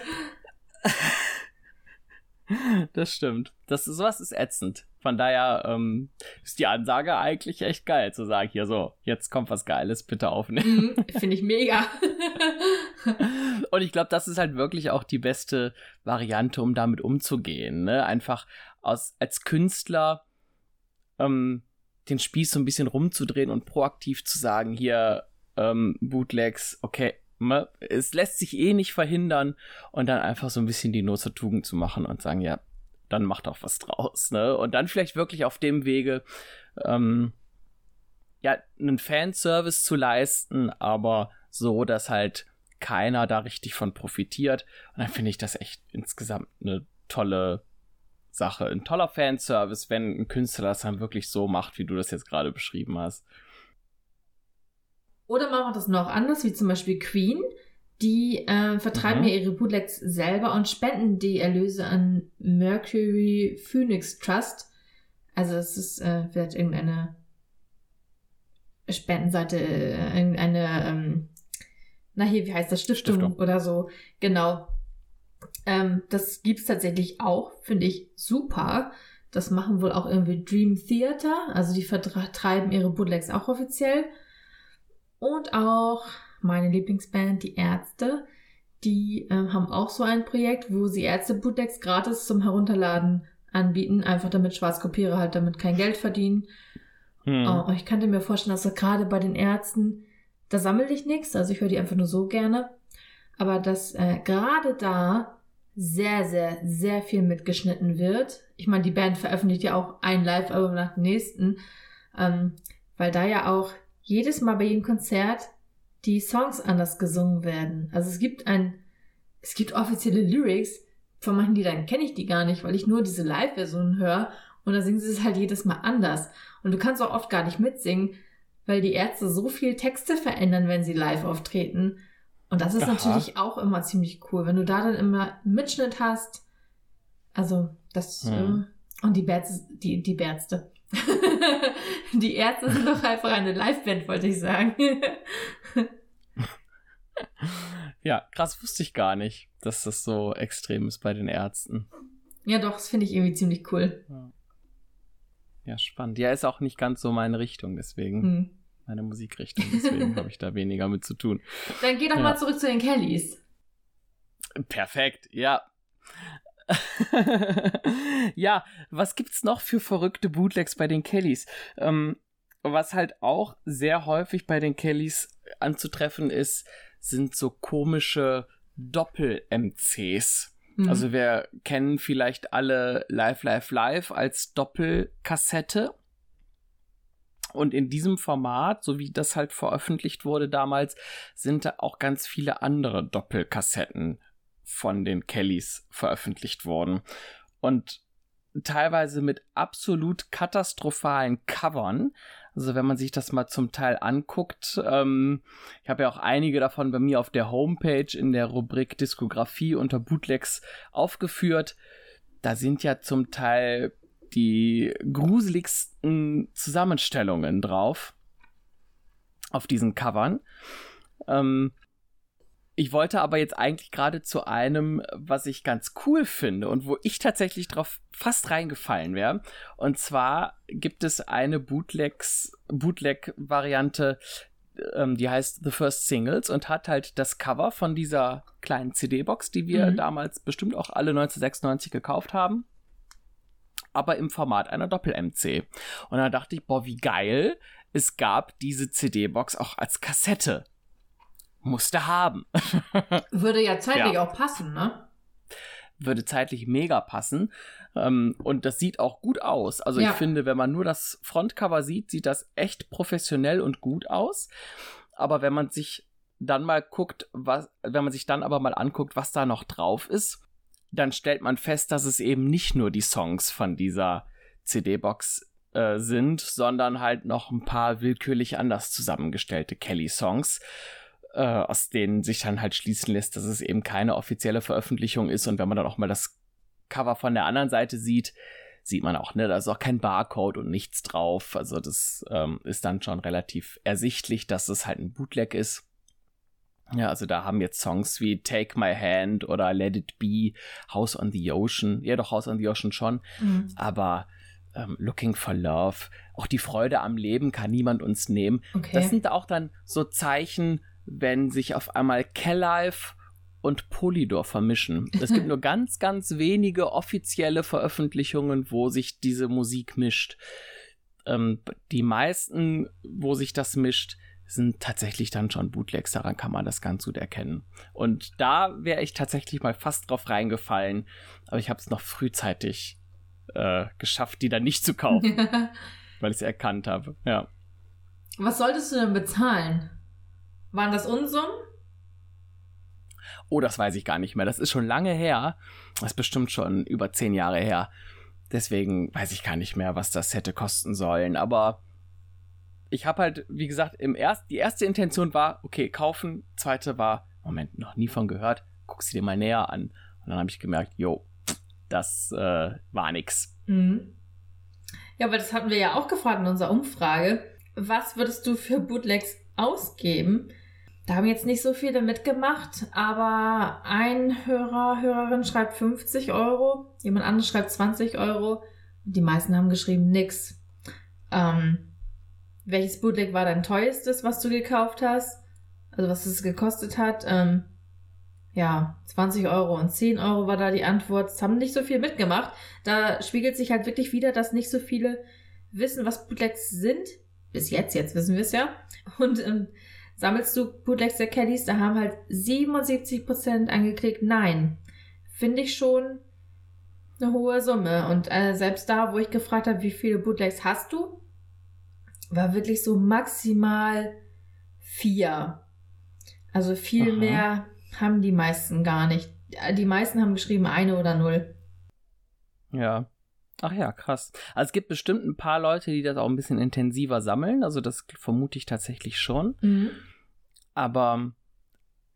Das stimmt. Das, sowas ist ätzend. Von daher ähm, ist die Ansage eigentlich echt geil, zu sagen, hier so, jetzt kommt was Geiles, bitte aufnehmen. Mhm, finde ich mega. Und ich glaube, das ist halt wirklich auch die beste Variante, um damit umzugehen. Ne? Einfach aus, als Künstler ähm, den Spieß so ein bisschen rumzudrehen und proaktiv zu sagen, hier ähm, Bootlegs, okay, es lässt sich eh nicht verhindern und dann einfach so ein bisschen die Not zur Tugend zu machen und sagen, ja, dann macht auch was draus, ne? Und dann vielleicht wirklich auf dem Wege ähm, ja, einen Fanservice zu leisten, aber so, dass halt keiner da richtig von profitiert. Und dann finde ich das echt insgesamt eine tolle Sache, ein toller Fanservice, wenn ein Künstler das dann wirklich so macht, wie du das jetzt gerade beschrieben hast. Oder machen wir das noch anders, wie zum Beispiel Queen. Die äh, vertreiben mhm. ja ihre Bootlegs selber und spenden die Erlöse an Mercury Phoenix Trust. Also es ist äh, vielleicht irgendeine Spendenseite, äh, irgendeine, ähm, na hier, wie heißt das, Stiftung, Stiftung. Oder so. Genau. Ähm, das gibt's tatsächlich auch, finde ich super. Das machen wohl auch irgendwie Dream Theater. Also die vertreiben ihre Bootlegs auch offiziell. Und auch meine Lieblingsband, die Ärzte, die äh, haben auch so ein Projekt, wo sie Ärzte-Bootlegs gratis zum Herunterladen anbieten, einfach damit Schwarzkopierer halt damit kein Geld verdienen. Hm. Oh, ich könnte mir vorstellen, dass gerade bei den Ärzten, da sammle ich nichts, also ich höre die einfach nur so gerne, aber dass äh, gerade da sehr, sehr, sehr viel mitgeschnitten wird. Ich meine, die Band veröffentlicht ja auch ein Live-Album nach dem nächsten, ähm, weil da ja auch jedes Mal bei jedem Konzert die Songs anders gesungen werden. Also es gibt ein, es gibt offizielle Lyrics, von manchen Liedern kenne ich die gar nicht, weil ich nur diese Live-Versionen höre und da singen sie es halt jedes Mal anders. Und du kannst auch oft gar nicht mitsingen, weil die Ärzte so viel Texte verändern, wenn sie live auftreten. Und das ist Aha. natürlich auch immer ziemlich cool. Wenn du da dann immer einen Mitschnitt hast, Also, das, Hm. äh, und die Bärz, die, die Bärzte. Die Ärzte sind doch einfach eine Liveband, wollte ich sagen. Ja, krass, wusste ich gar nicht, dass das so extrem ist bei den Ärzten. Ja, doch, das finde ich irgendwie ziemlich cool. Ja. Ja, spannend. Ja, ist auch nicht ganz so meine Richtung, deswegen. Hm. Meine Musikrichtung, deswegen habe ich da weniger mit zu tun. Dann geh doch Ja. mal zurück zu den Kellys. Perfekt, ja. Ja, was gibt's noch für verrückte Bootlegs bei den Kellys? Ähm, was halt auch sehr häufig bei den Kellys anzutreffen ist, sind so komische Doppel-M Cs. Mhm. Also wir kennen vielleicht alle Live, Live, Live als Doppelkassette. Und in diesem Format, so wie das halt veröffentlicht wurde damals, sind da auch ganz viele andere Doppelkassetten von den Kellys veröffentlicht worden. Und teilweise mit absolut katastrophalen Covern. Also wenn man sich das mal zum Teil anguckt, ähm, ich habe ja auch einige davon bei mir auf der Homepage in der Rubrik Diskografie unter Bootlegs aufgeführt. Da sind ja zum Teil die gruseligsten Zusammenstellungen drauf auf diesen Covern. Ähm, ich wollte aber jetzt eigentlich gerade zu einem, was ich ganz cool finde und wo ich tatsächlich drauf fast reingefallen wäre. Und zwar gibt es eine Bootlegs, Bootleg-Variante, ähm, die heißt The First Singles und hat halt das Cover von dieser kleinen C D-Box, die wir Mhm. damals bestimmt auch alle neunzehnhundertsechsundneunzig gekauft haben, aber im Format einer Doppel-M C. Und dann dachte ich, boah, wie geil, es gab diese C D-Box auch als Kassette. Musste haben. Würde ja zeitlich Ja. auch passen, ne? Würde zeitlich mega passen. Ähm, und das sieht auch gut aus. Also Ja. ich finde, wenn man nur das Frontcover sieht, sieht das echt professionell und gut aus. Aber wenn man sich dann mal guckt, was, wenn man sich dann aber mal anguckt, was da noch drauf ist, dann stellt man fest, dass es eben nicht nur die Songs von dieser C D-Box äh, sind, sondern halt noch ein paar willkürlich anders zusammengestellte Kelly-Songs, äh, aus denen sich dann halt schließen lässt, dass es eben keine offizielle Veröffentlichung ist. Und wenn man dann auch mal das Cover von der anderen Seite sieht, sieht man auch, ne, da ist auch kein Barcode und nichts drauf. Also das ähm, ist dann schon relativ ersichtlich, dass es halt ein Bootleg ist. Ja, also da haben jetzt Songs wie Take My Hand oder Let It Be, House on the Ocean, ja doch, House on the Ocean schon, Mhm. aber ähm, Looking for Love, auch die Freude am Leben kann niemand uns nehmen. Okay. Das sind auch dann so Zeichen, wenn sich auf einmal Cal-Life und Polydor vermischen. Es gibt nur ganz, ganz wenige offizielle Veröffentlichungen, wo sich diese Musik mischt. Ähm, die meisten, wo sich das mischt, sind tatsächlich dann schon Bootlegs. Daran kann man das ganz gut erkennen. Und da wäre ich tatsächlich mal fast drauf reingefallen, aber ich habe es noch frühzeitig äh, geschafft, die dann nicht zu kaufen, weil ich es erkannt habe. Ja. Was solltest du denn bezahlen? Waren das Unsummen? Oh, das weiß ich gar nicht mehr. Das ist schon lange her. Das ist bestimmt schon über zehn Jahre her. Deswegen weiß ich gar nicht mehr, was das hätte kosten sollen. Aber ich habe halt, wie gesagt, im erst, die erste Intention war, okay, kaufen. Zweite war, Moment, noch nie von gehört. Guck sie dir mal näher an. Und dann habe ich gemerkt, jo, das äh, war nix. Mhm. Ja, aber das hatten wir ja auch gefragt in unserer Umfrage. Was würdest du für Bootlegs ausgeben? Da haben jetzt nicht so viele mitgemacht, aber ein Hörer, Hörerin schreibt fünfzig Euro, jemand anderes schreibt zwanzig Euro. Die meisten haben geschrieben nix. Ähm, welches Bootleg war dein teuerstes, was du gekauft hast? Also was es gekostet hat? Ähm, ja, zwanzig Euro und zehn Euro war da die Antwort. Es haben nicht so viel mitgemacht. Da spiegelt sich halt wirklich wieder, dass nicht so viele wissen, was Bootlegs sind. Bis jetzt, jetzt wissen wir es ja. Und ähm, sammelst du Bootlegs der Kellys? Da haben halt siebenundsiebzig Prozent angeklickt, nein. Finde ich schon eine hohe Summe. Und äh, selbst da, wo ich gefragt habe, wie viele Bootlegs hast du, war wirklich so maximal vier. Also viel Aha. mehr haben die meisten gar nicht. Die meisten haben geschrieben eine oder null. Ja. Ach ja, krass. Also es gibt bestimmt ein paar Leute, die das auch ein bisschen intensiver sammeln. Also das vermute ich tatsächlich schon. Mhm. Aber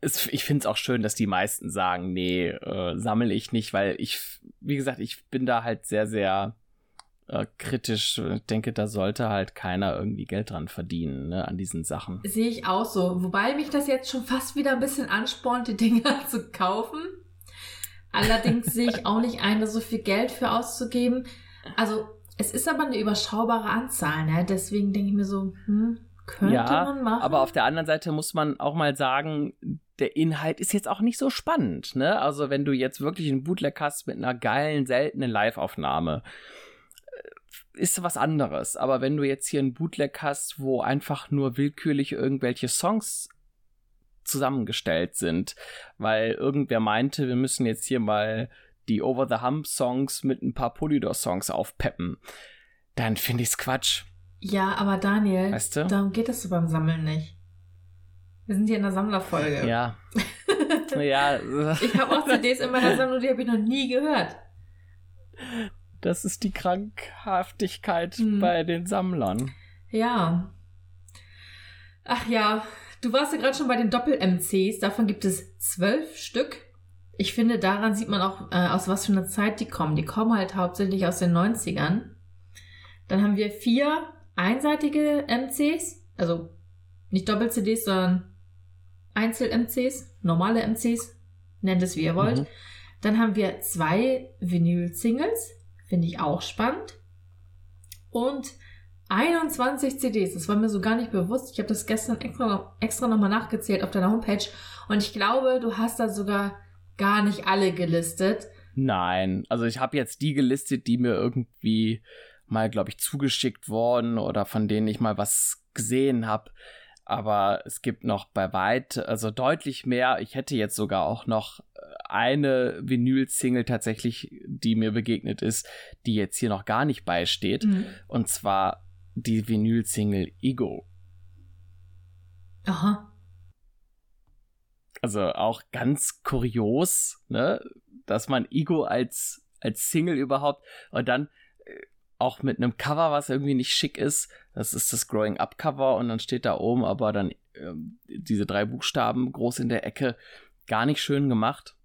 es, ich finde es auch schön, dass die meisten sagen, nee, äh, sammle ich nicht, weil ich, wie gesagt, ich bin da halt sehr, sehr äh, kritisch. Ich denke, da sollte halt keiner irgendwie Geld dran verdienen, ne, an diesen Sachen. Sehe ich auch so. Wobei mich das jetzt schon fast wieder ein bisschen anspornt, die Dinger zu kaufen. Allerdings sehe ich auch nicht ein, da so viel Geld für auszugeben. Also, es ist aber eine überschaubare Anzahl, ne? Deswegen denke ich mir so, hm, könnte ja, man machen. Aber auf der anderen Seite muss man auch mal sagen, der Inhalt ist jetzt auch nicht so spannend, ne? Also wenn du jetzt wirklich einen Bootleg hast mit einer geilen, seltenen Live-Aufnahme, ist was anderes. Aber wenn du jetzt hier einen Bootleg hast, wo einfach nur willkürlich irgendwelche Songs zusammengestellt sind, weil irgendwer meinte, wir müssen jetzt hier mal die Over-the-Hump-Songs mit ein paar Polydor-Songs aufpeppen, dann finde ich's Quatsch. Ja, aber Daniel, weißt du? Darum geht es so beim Sammeln nicht. Wir sind hier in der Sammlerfolge. Ja. ja. Ich habe auch C Ds in meiner Sammlung, die habe ich noch nie gehört. Das ist die Krankhaftigkeit hm. bei den Sammlern. Ja. Ach ja, du warst ja gerade schon bei den Doppel-M Cs. Davon gibt es zwölf Stück. Ich finde, daran sieht man auch, äh, aus was für einer Zeit die kommen. Die kommen halt hauptsächlich aus den neunzigern. Dann haben wir vier einseitige M Cs. Also nicht Doppel-C Ds, sondern Einzel-M Cs. Normale M Cs. Nennt es, wie ihr wollt. Mhm. Dann haben wir zwei Vinyl-Singles. Finde ich auch spannend. Und einundzwanzig C Ds. Das war mir so gar nicht bewusst. Ich habe das gestern extra, extra nochmal nachgezählt auf deiner Homepage. Und ich glaube, du hast da sogar gar nicht alle gelistet. Nein, also ich habe jetzt die gelistet, die mir irgendwie mal, glaube ich, zugeschickt worden oder von denen ich mal was gesehen habe. Aber es gibt noch bei weit, also deutlich mehr. Ich hätte jetzt sogar auch noch eine Vinyl-Single tatsächlich, die mir begegnet ist, die jetzt hier noch gar nicht beisteht. Mhm. Und zwar die Vinyl-Single Ego. Aha. Also auch ganz kurios, ne, dass man Ego als, als Single überhaupt und dann auch mit einem Cover, was irgendwie nicht schick ist. Das ist das Growing Up Cover und dann steht da oben aber dann äh, diese drei Buchstaben groß in der Ecke. Gar nicht schön gemacht.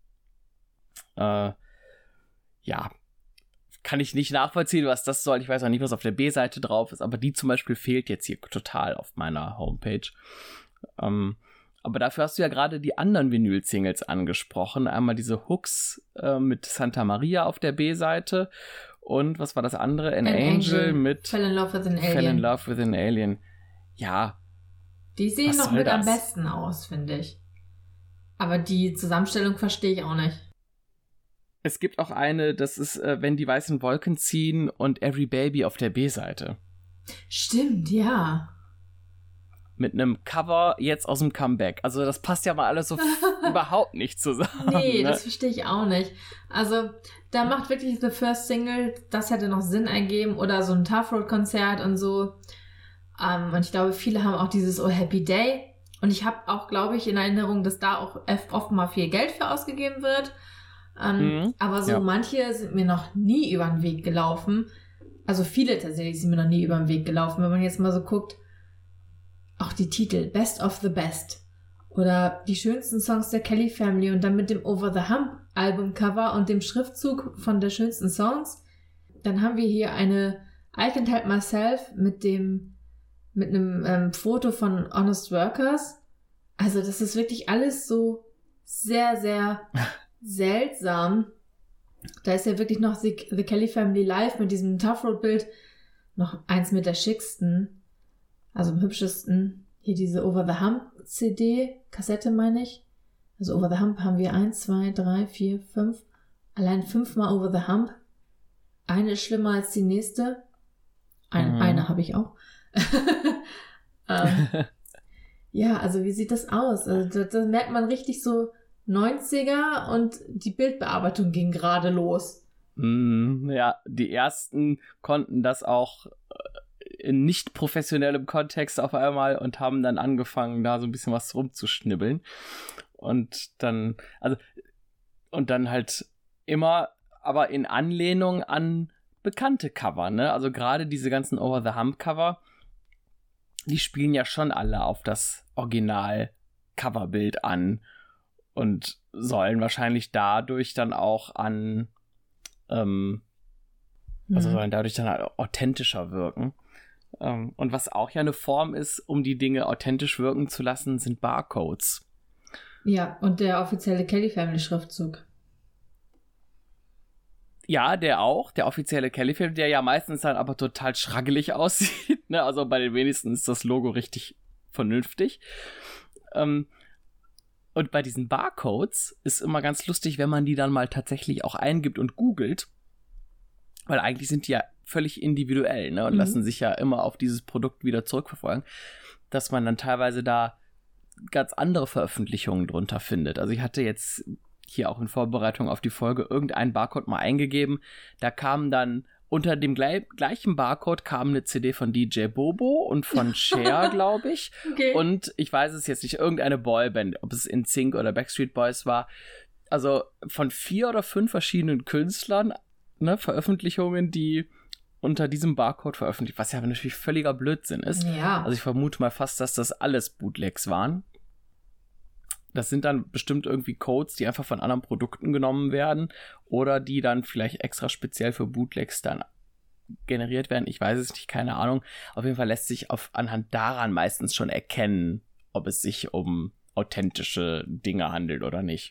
Äh, ja, kann ich nicht nachvollziehen, was das soll. Ich weiß auch nicht, was auf der B-Seite drauf ist, aber die zum Beispiel fehlt jetzt hier total auf meiner Homepage. Ähm, aber dafür hast du ja gerade die anderen Vinyl-Singles angesprochen. Einmal diese Hooks äh, mit Santa Maria auf der B-Seite und was war das andere? An, an Angel, Angel mit Fell in Love with an Alien. Fell in Love with an Alien. Ja. Die sehen noch mit das? am besten aus, finde ich. Aber die Zusammenstellung verstehe ich auch nicht. Es gibt auch eine, das ist, äh, wenn die weißen Wolken ziehen und Every Baby auf der B-Seite. Stimmt, ja. Mit einem Cover jetzt aus dem Comeback. Also das passt ja mal alles so f- überhaupt nicht zusammen. Nee, ne? Das verstehe ich auch nicht. Also da macht wirklich The First Single, das hätte noch Sinn ergeben oder so ein Tough Road Konzert und so. Um, und ich glaube, viele haben auch dieses Oh Happy Day. Und ich habe auch, glaube ich, in Erinnerung, dass da auch oft mal viel Geld für ausgegeben wird. Um, mhm, aber so ja. Manche sind mir noch nie über den Weg gelaufen. Also viele tatsächlich sind mir noch nie über den Weg gelaufen. Wenn man jetzt mal so guckt, auch die Titel, Best of the Best oder die schönsten Songs der Kelly Family und dann mit dem Over the Hump Albumcover und dem Schriftzug von der schönsten Songs. Dann haben wir hier eine I Can't Help Myself mit dem mit einem ähm, Foto von Honest Workers. Also das ist wirklich alles so sehr, sehr seltsam. Da ist ja wirklich noch The, The Kelly Family Live mit diesem Tough Road Bild noch eins mit der schicksten. Also am hübschesten. Hier diese Over the Hump C D, Kassette meine ich. Also Over the Hump haben wir eins, zwei, drei, vier, fünf. Allein fünfmal Over the Hump. Eine ist schlimmer als die nächste. Ein, mhm. Eine habe ich auch. ähm, ja, also wie sieht das aus? Also da, da merkt man richtig so neunziger und die Bildbearbeitung ging gerade los. Mm, ja, die ersten konnten das auch in nicht professionellem Kontext auf einmal und haben dann angefangen, da so ein bisschen was rumzuschnibbeln. Und dann, also, und dann halt immer, aber in Anlehnung an bekannte Cover, ne? Also gerade diese ganzen Over-the-Hump-Cover, die spielen ja schon alle auf das Original Coverbild an und sollen wahrscheinlich dadurch dann auch an, ähm, also sollen dadurch dann halt authentischer wirken. Ähm, und was auch ja eine Form ist, um die Dinge authentisch wirken zu lassen, sind Barcodes. Ja, und der offizielle Kelly Family Schriftzug. Ja, der auch, der offizielle Kelly Family, der ja meistens dann aber total schraggelig aussieht. Ne? Also bei den wenigsten ist das Logo richtig vernünftig. Ähm, und bei diesen Barcodes ist immer ganz lustig, wenn man die dann mal tatsächlich auch eingibt und googelt. Weil eigentlich sind die ja völlig individuell, ne? Und mhm. lassen sich ja immer auf dieses Produkt wieder zurückverfolgen, dass man dann teilweise da ganz andere Veröffentlichungen drunter findet. Also ich hatte jetzt hier auch in Vorbereitung auf die Folge irgendeinen Barcode mal eingegeben. Da kam dann unter dem gle- gleichen Barcode kam eine C D von D J Bobo und von Cher, glaube ich. Okay. Und ich weiß es jetzt nicht, irgendeine Boyband, ob es In Sync oder Backstreet Boys war. Also von vier oder fünf verschiedenen Künstlern, ne, Veröffentlichungen, die unter diesem Barcode veröffentlicht, was ja natürlich völliger Blödsinn ist. Ja. Also ich vermute mal fast, dass das alles Bootlegs waren. Das sind dann bestimmt irgendwie Codes, die einfach von anderen Produkten genommen werden oder die dann vielleicht extra speziell für Bootlegs dann generiert werden. Ich weiß es nicht, keine Ahnung. Auf jeden Fall lässt sich auf, anhand daran meistens schon erkennen, ob es sich um authentische Dinge handelt oder nicht.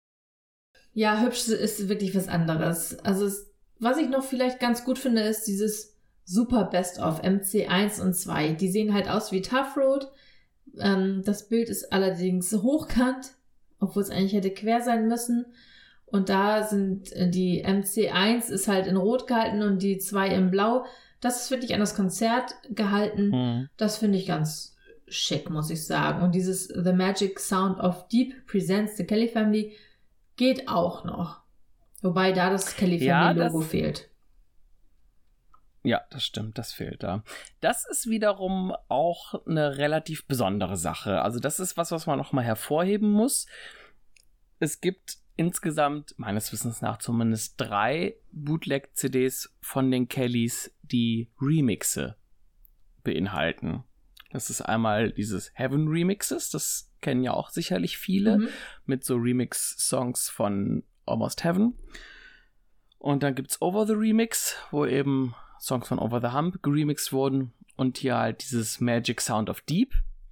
Ja, hübsch ist wirklich was anderes. Also es, was ich noch vielleicht ganz gut finde, ist dieses Super Best-of M C eins und zwei. Die sehen halt aus wie Tough Road. Ähm, das Bild ist allerdings hochkant, obwohl es eigentlich hätte quer sein müssen. Und da sind die M C eins ist halt in Rot gehalten und die zwei in Blau. Das ist wirklich an das Konzert gehalten. Mhm. Das finde ich ganz schick, muss ich sagen. Und dieses The Magic Sound of Deep Presents the Kelly Family geht auch noch. Wobei da das Kelly Family Logo ja, fehlt. Ja, das stimmt, das fehlt da. Das ist wiederum auch eine relativ besondere Sache. Also das ist was, was man noch mal hervorheben muss. Es gibt insgesamt, meines Wissens nach zumindest, drei Bootleg-C Ds von den Kellys, die Remixe beinhalten. Das ist einmal dieses Heaven Remixes, das kennen ja auch sicherlich viele, mhm. mit so Remix-Songs von Almost Heaven. Und dann gibt's Over the Remix, wo eben Songs von Over the Hump geremixed wurden und hier halt dieses Magic Sound of Deep.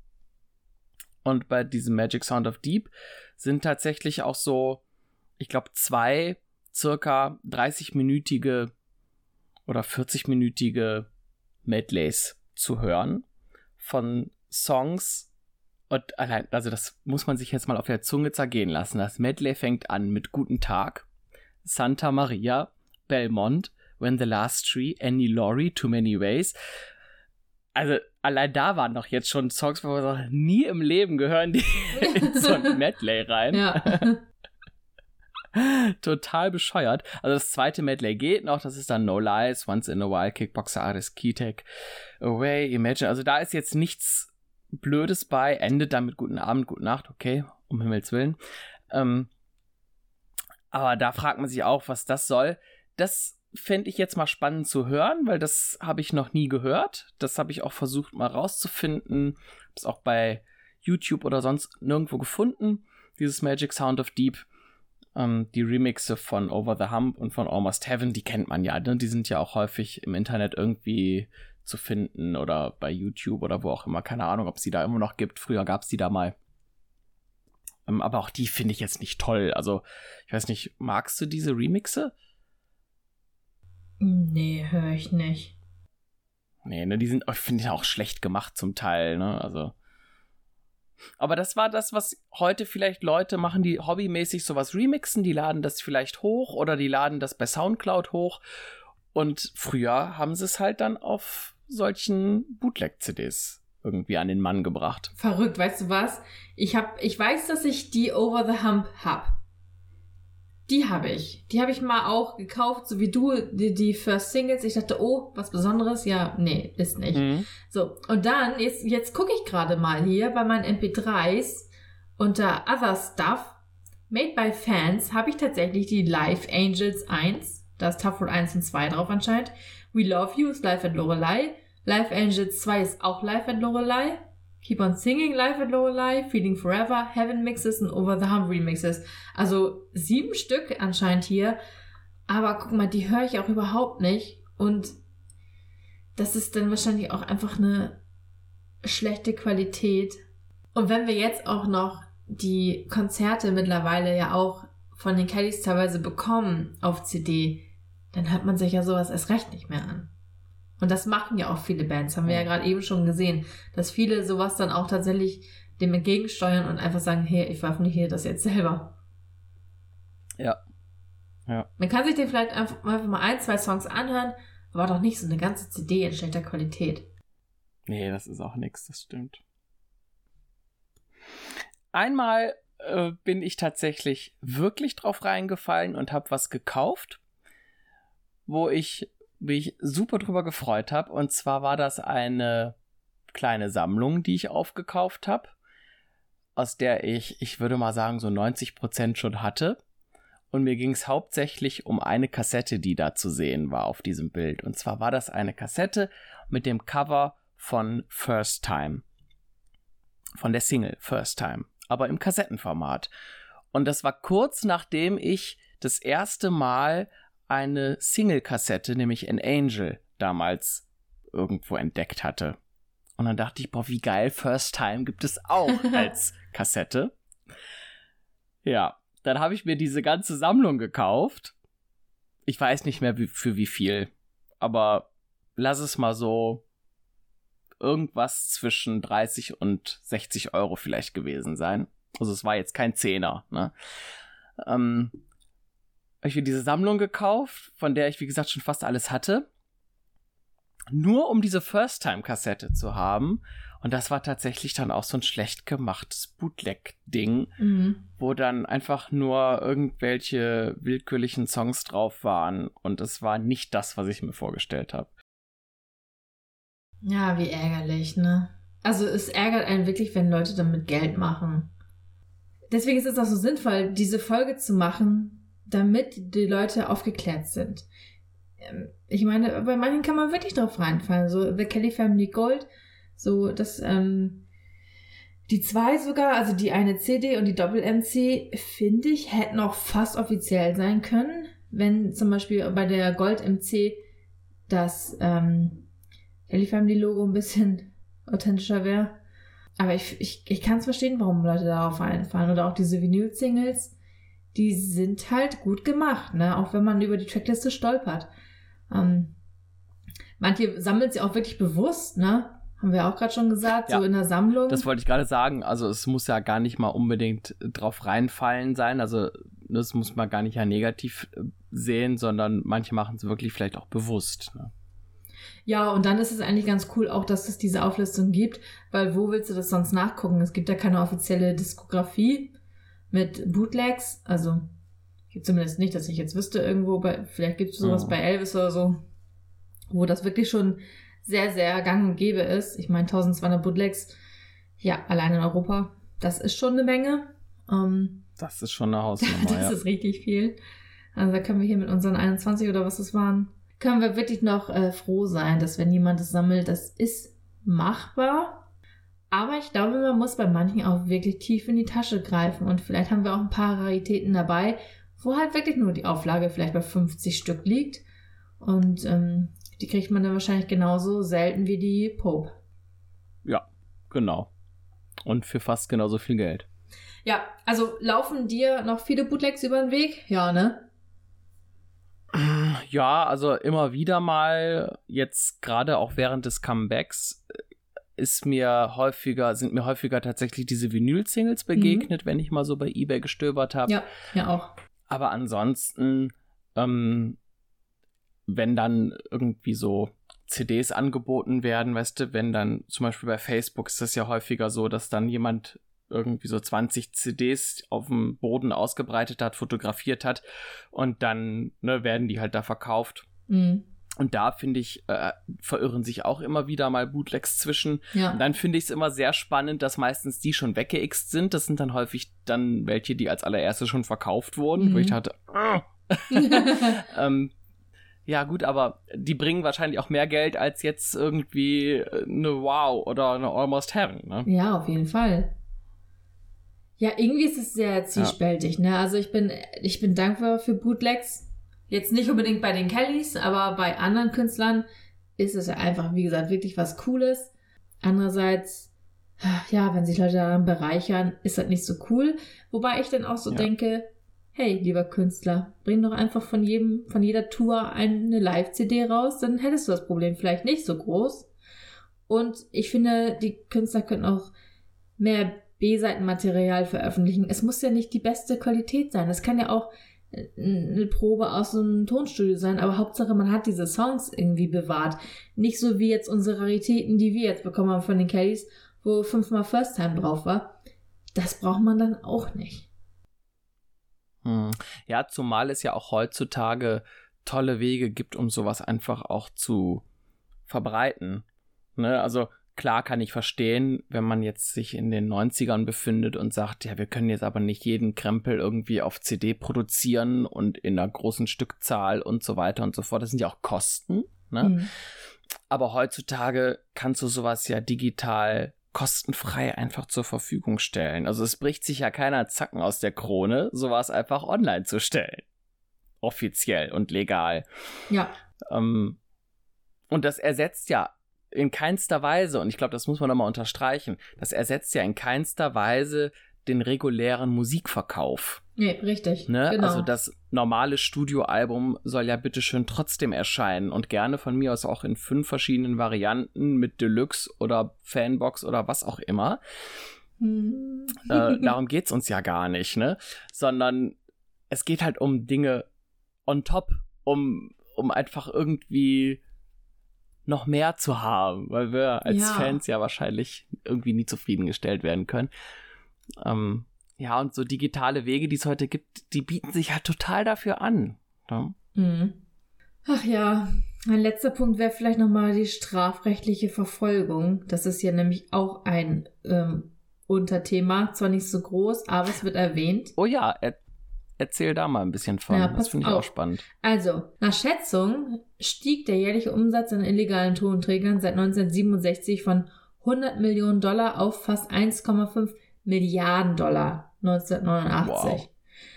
Und bei diesem Magic Sound of Deep sind tatsächlich auch so, ich glaube, zwei circa dreißig-minütige oder vierzig-minütige Medleys zu hören von Songs. Und allein, also das muss man sich jetzt mal auf der Zunge zergehen lassen. Das Medley fängt an mit Guten Tag, Santa Maria, Belmont, When the Last Tree, Annie Laurie, Too Many Ways. Also allein da waren doch jetzt schon Songs, wo wir sagen, nie im Leben gehören die in so ein Medley rein. Ja. Total bescheuert. Also das zweite Medley geht noch, das ist dann No Lies, Once in a While, Kickboxer Artist, Keytech, Away, Imagine. Also da ist jetzt nichts Blödes bei, endet dann mit Guten Abend, Gute Nacht, okay, um Himmels Willen. Ähm, aber da fragt man sich auch, was das soll. Das fände ich jetzt mal spannend zu hören, weil das habe ich noch nie gehört. Das habe ich auch versucht mal rauszufinden. Habe es auch bei YouTube oder sonst nirgendwo gefunden. Dieses Magic Sound of Deep. Ähm, die Remixe von Over the Hump und von Almost Heaven, die kennt man ja. Ne? Die sind ja auch häufig im Internet irgendwie zu finden oder bei YouTube oder wo auch immer. Keine Ahnung, ob es die da immer noch gibt. Früher gab es die da mal. Ähm, aber auch die finde ich jetzt nicht toll. Also, ich weiß nicht, magst du diese Remixe? Nee, höre ich nicht. Nee, ne, die sind, finde ich, auch schlecht gemacht zum Teil, ne, also. Aber das war das, was heute vielleicht Leute machen, die hobbymäßig sowas remixen, die laden das vielleicht hoch oder die laden das bei Soundcloud hoch und früher haben sie es halt dann auf solchen Bootleg-C Ds irgendwie an den Mann gebracht. Verrückt, weißt du was? Ich hab, ich weiß, dass ich die Over the Hump hab. Die habe ich. Die habe ich mal auch gekauft, so wie du, die, die First Singles. Ich dachte, oh, was Besonderes. Ja, nee, ist nicht. Mhm. So, und dann, jetzt, jetzt gucke ich gerade mal hier bei meinen M P dreis unter Other Stuff, Made by Fans, habe ich tatsächlich die Live Angels eins. Da ist Tough Road eins und zwei drauf anscheinend. We Love You ist Live at Lorelei. Live Angels zwei ist auch Live at Lorelei. Keep on Singing, Live at Low Life, Feeling Forever, Heaven Mixes und Over the Hump Remixes. Also sieben Stück anscheinend hier. Aber guck mal, die höre ich auch überhaupt nicht. Und das ist dann wahrscheinlich auch einfach eine schlechte Qualität. Und wenn wir jetzt auch noch die Konzerte mittlerweile ja auch von den Kellys teilweise bekommen auf C D, dann hört man sich ja sowas erst recht nicht mehr an. Und das machen ja auch viele Bands, haben wir ja gerade eben schon gesehen, dass viele sowas dann auch tatsächlich dem entgegensteuern und einfach sagen, hey, ich veröffentliche das jetzt selber. Ja. Ja. Man kann sich den vielleicht einfach, einfach mal ein, zwei Songs anhören, aber doch nicht so eine ganze C D in schlechter Qualität. Nee, das ist auch nix, das stimmt. Einmal äh, bin ich tatsächlich wirklich drauf reingefallen und habe was gekauft, wo ich mich super drüber gefreut habe. Und zwar war das eine kleine Sammlung, die ich aufgekauft habe, aus der ich, ich würde mal sagen, so neunzig Prozent schon hatte. Und mir ging es hauptsächlich um eine Kassette, die da zu sehen war auf diesem Bild. Und zwar war das eine Kassette mit dem Cover von First Time. Von der Single First Time. Aber im Kassettenformat. Und das war kurz nachdem ich das erste Mal eine Single-Kassette, nämlich An Angel, damals irgendwo entdeckt hatte. Und dann dachte ich, boah, wie geil, First Time gibt es auch als Kassette. Ja, dann habe ich mir diese ganze Sammlung gekauft. Ich weiß nicht mehr wie, für wie viel, aber lass es mal so irgendwas zwischen dreißig und sechzig Euro vielleicht gewesen sein. Also es war jetzt kein Zehner, ne? Ähm, habe ich mir diese Sammlung gekauft, von der ich, wie gesagt, schon fast alles hatte. Nur um diese First-Time-Kassette zu haben. Und das war tatsächlich dann auch so ein schlecht gemachtes Bootleg-Ding, mhm. wo dann einfach nur irgendwelche willkürlichen Songs drauf waren. Und es war nicht das, was ich mir vorgestellt habe. Ja, wie ärgerlich, ne? Also es ärgert einen wirklich, wenn Leute damit Geld machen. Deswegen ist es auch so sinnvoll, diese Folge zu machen, damit die Leute aufgeklärt sind. Ich meine, bei manchen kann man wirklich drauf reinfallen. So The Kelly Family Gold, so das, ähm, die zwei sogar, also die eine C D und die Doppel-M C, finde ich, hätten auch fast offiziell sein können, wenn zum Beispiel bei der Gold-M C das ähm, Kelly Family Logo ein bisschen authentischer wäre. Aber ich, ich, ich kann es verstehen, warum Leute darauf einfallen. Oder auch diese Vinyl-Singles, die sind halt gut gemacht, ne? Auch wenn man über die Trackliste stolpert. Ähm, manche sammeln sie auch wirklich bewusst, ne? Haben wir auch gerade schon gesagt, ja, so in der Sammlung. Das wollte ich gerade sagen. Also es muss ja gar nicht mal unbedingt drauf reinfallen sein. Also das muss man gar nicht ja negativ sehen, sondern manche machen es wirklich vielleicht auch bewusst, ne? Ja, und dann ist es eigentlich ganz cool auch, dass es diese Auflistung gibt, weil wo willst du das sonst nachgucken? Es gibt ja keine offizielle Diskografie mit Bootlegs, also gibt zumindest nicht, dass ich jetzt wüsste irgendwo, bei, vielleicht gibt es sowas oh. bei Elvis oder so, wo das wirklich schon sehr, sehr gang und gäbe ist. Ich meine, eintausendzweihundert Bootlegs, ja, allein in Europa, das ist schon eine Menge. Ähm, das ist schon eine Hausnummer, Das ja. ist richtig viel. Also da können wir hier mit unseren einundzwanzig oder was das waren, können wir wirklich noch äh, froh sein, dass wenn jemand es sammelt, das ist machbar. Aber ich glaube, man muss bei manchen auch wirklich tief in die Tasche greifen. Und vielleicht haben wir auch ein paar Raritäten dabei, wo halt wirklich nur die Auflage vielleicht bei fünfzig Stück liegt. Und ähm, die kriegt man dann wahrscheinlich genauso selten wie die Pope. Ja, genau. Und für fast genauso viel Geld. Ja, also laufen dir noch viele Bootlegs über den Weg? Ja, ne? Ja, also immer wieder mal, jetzt gerade auch während des Comebacks, ist mir häufiger, sind mir häufiger tatsächlich diese Vinyl-Singles begegnet, mhm. wenn ich mal so bei eBay gestöbert habe. Ja, ja auch. Aber ansonsten, ähm, wenn dann irgendwie so C Ds angeboten werden, weißt du, wenn dann zum Beispiel bei Facebook ist das ja häufiger so, dass dann jemand irgendwie so zwanzig C Ds auf dem Boden ausgebreitet hat, fotografiert hat und dann ne, werden die halt da verkauft. Mhm. Und da, finde ich, äh, verirren sich auch immer wieder mal Bootlegs zwischen. Ja. Und dann finde ich es immer sehr spannend, dass meistens die schon weggeixt sind. Das sind dann häufig dann welche, die als allererste schon verkauft wurden, mhm. wo ich dachte, ähm, Ja gut, aber die bringen wahrscheinlich auch mehr Geld als jetzt irgendwie eine Wow oder eine Almost Heaven, ne? Ja, auf jeden Fall. Ja, irgendwie ist es sehr zwiespältig, ja. ne? Also ich bin, ich bin dankbar für Bootlegs. Jetzt nicht unbedingt bei den Kellys, aber bei anderen Künstlern ist es ja einfach, wie gesagt, wirklich was Cooles. Andererseits, ja, wenn sich Leute daran bereichern, ist das nicht so cool. Wobei ich dann auch so ja. denke, hey, lieber Künstler, bring doch einfach von jedem, von jeder Tour eine Live-C D raus, dann hättest du das Problem vielleicht nicht so groß. Und ich finde, die Künstler könnten auch mehr B-Seitenmaterial veröffentlichen. Es muss ja nicht die beste Qualität sein. Es kann ja auch eine Probe aus so einem Tonstudio sein, aber Hauptsache, man hat diese Sounds irgendwie bewahrt. Nicht so wie jetzt unsere Raritäten, die wir jetzt bekommen haben von den Kellys, wo fünfmal First Time drauf war. Das braucht man dann auch nicht. Hm. Ja, zumal es ja auch heutzutage tolle Wege gibt, um sowas einfach auch zu verbreiten. Ne? Also klar kann ich verstehen, wenn man jetzt sich in den neunzigern befindet und sagt, ja, wir können jetzt aber nicht jeden Krempel irgendwie auf C D produzieren und in einer großen Stückzahl und so weiter und so fort. Das sind ja auch Kosten. Ne? Mhm. Aber heutzutage kannst du sowas ja digital kostenfrei einfach zur Verfügung stellen. Also es bricht sich ja keiner Zacken aus der Krone, sowas einfach online zu stellen. Offiziell und legal. Ja. Ähm, und das ersetzt ja in keinster Weise, und ich glaube, das muss man nochmal unterstreichen, das ersetzt ja in keinster Weise den regulären Musikverkauf. Nee, richtig. Ne? Genau. Also das normale Studioalbum soll ja bitteschön trotzdem erscheinen und gerne von mir aus auch in fünf verschiedenen Varianten mit Deluxe oder Fanbox oder was auch immer. Hm. Äh, darum geht's uns ja gar nicht, ne? Sondern es geht halt um Dinge on top, um, um einfach irgendwie noch mehr zu haben, weil wir als ja. Fans ja wahrscheinlich irgendwie nie zufriedengestellt werden können. Ähm, ja, und so digitale Wege, die es heute gibt, die bieten sich halt total dafür an. Ne? Mhm. Ach ja, ein letzter Punkt wäre vielleicht nochmal die strafrechtliche Verfolgung. Das ist ja nämlich auch ein ähm, Unterthema, zwar nicht so groß, aber es wird erwähnt. Oh ja, er Erzähl da mal ein bisschen von. Ja, das finde ich auch spannend. Also, nach Schätzung stieg der jährliche Umsatz an illegalen Tonträgern seit neunzehnhundertsiebenundsechzig von hundert Millionen Dollar auf fast eins Komma fünf Milliarden Dollar neunzehnhundertneunundachtzig. Wow.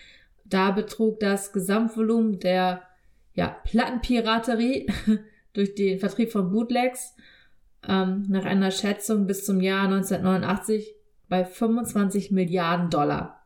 Da betrug das Gesamtvolumen der ja, Plattenpiraterie durch den Vertrieb von Bootlegs ähm, nach einer Schätzung bis zum Jahr neunzehnhundertneunundachtzig bei fünfundzwanzig Milliarden Dollar.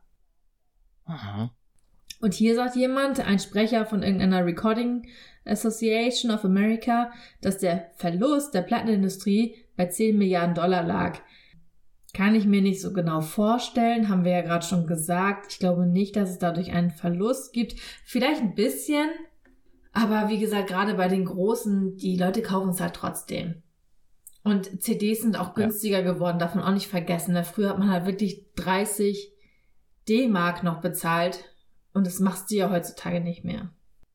Aha. Und hier sagt jemand, ein Sprecher von irgendeiner Recording Association of America, dass der Verlust der Plattenindustrie bei zehn Milliarden Dollar lag. Kann ich mir nicht so genau vorstellen, haben wir ja gerade schon gesagt. Ich glaube nicht, dass es dadurch einen Verlust gibt. Vielleicht ein bisschen, aber wie gesagt, gerade bei den Großen, die Leute kaufen es halt trotzdem. Und C Ds sind auch günstiger ja. geworden, darf man auch nicht vergessen. Früher hat man halt wirklich dreißig D-Mark noch bezahlt. Und das machst du ja heutzutage nicht mehr.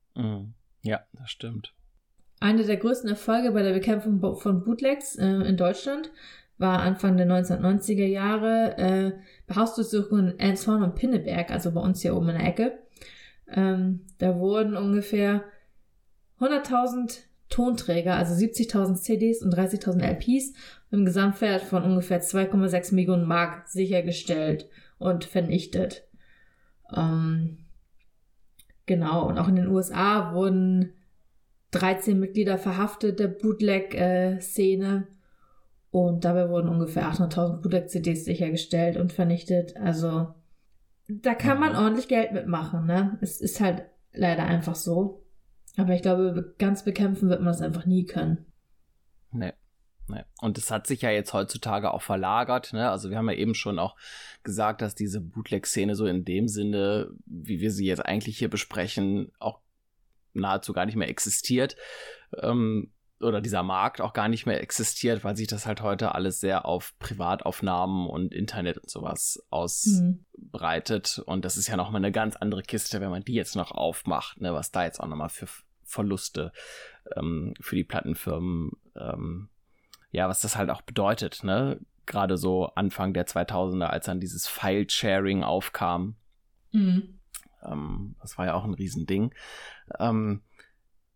Ja, das stimmt. Einer der größten Erfolge bei der Bekämpfung von Bootlegs äh, in Deutschland war Anfang der neunzehnhundertneunziger Jahre äh, bei Hausdurchsuchungen in Elmshorn und Pinneberg, also bei uns hier oben in der Ecke. Ähm, da wurden ungefähr hunderttausend Tonträger, also siebzigtausend C Ds und dreißigtausend L Ps mit einem Gesamtwert von ungefähr zwei Komma sechs Millionen Mark sichergestellt und vernichtet. Ähm, Genau, und auch in den U S A wurden dreizehn Mitglieder verhaftet der Bootleg-Szene und dabei wurden ungefähr achthunderttausend Bootleg-C Ds sichergestellt und vernichtet. Also da kann man ordentlich Geld mitmachen, ne? Es ist halt leider einfach so. Aber ich glaube, ganz bekämpfen wird man das einfach nie können. Nee. Nee. Und es hat sich ja jetzt heutzutage auch verlagert, ne? Also wir haben ja eben schon auch gesagt, dass diese Bootleg-Szene so in dem Sinne, wie wir sie jetzt eigentlich hier besprechen, auch nahezu gar nicht mehr existiert. Ähm, oder dieser Markt auch gar nicht mehr existiert, weil sich das halt heute alles sehr auf Privataufnahmen und Internet und sowas ausbreitet. Mhm. Und das ist ja nochmal eine ganz andere Kiste, wenn man die jetzt noch aufmacht, ne? Was da jetzt auch nochmal für Verluste ähm, für die Plattenfirmen ähm, ja, was das halt auch bedeutet, ne? Gerade so Anfang der zweitausender, als dann dieses File-Sharing aufkam. Mhm. Ähm, das war ja auch ein Riesending. Ähm,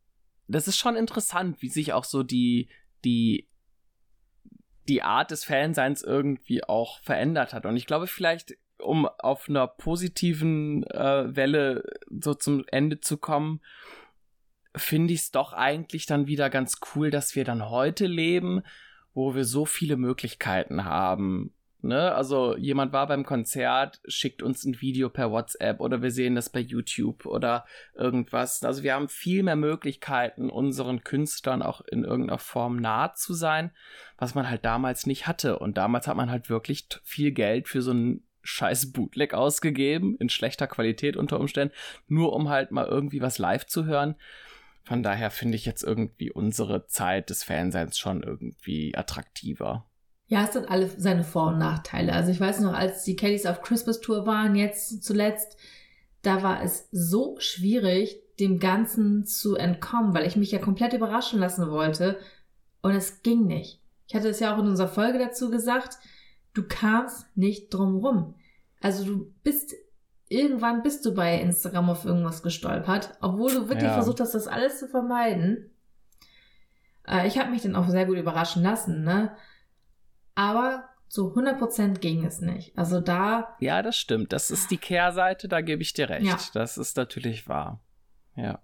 das ist schon interessant, wie sich auch so die, die, die Art des Fanseins irgendwie auch verändert hat. Und ich glaube, vielleicht, um auf einer positiven äh, Welle so zum Ende zu kommen, finde ich es doch eigentlich dann wieder ganz cool, dass wir dann heute leben, wo wir so viele Möglichkeiten haben. Ne? Also jemand war beim Konzert, schickt uns ein Video per WhatsApp oder wir sehen das bei YouTube oder irgendwas. Also wir haben viel mehr Möglichkeiten, unseren Künstlern auch in irgendeiner Form nahe zu sein, was man halt damals nicht hatte. Und damals hat man halt wirklich t- viel Geld für so einen scheiß Bootleg ausgegeben, in schlechter Qualität unter Umständen, nur um halt mal irgendwie was live zu hören. Von daher finde ich jetzt irgendwie unsere Zeit des Fanseins schon irgendwie attraktiver. Ja, es hat alle seine Vor- und Nachteile. Also ich weiß noch, als die Kellys auf Christmas Tour waren, jetzt zuletzt, da war es so schwierig, dem Ganzen zu entkommen, weil ich mich ja komplett überraschen lassen wollte und es ging nicht. Ich hatte es ja auch in unserer Folge dazu gesagt, du kamst nicht drum rum. Also du bist, irgendwann bist du bei Instagram auf irgendwas gestolpert, obwohl du wirklich Ja. versucht hast, das alles zu vermeiden. Äh, ich habe mich dann auch sehr gut überraschen lassen, ne? Aber zu hundert Prozent ging es nicht. Also da... Ja, das stimmt. Das ist die Kehrseite, da gebe ich dir recht. Ja. Das ist natürlich wahr. Ja.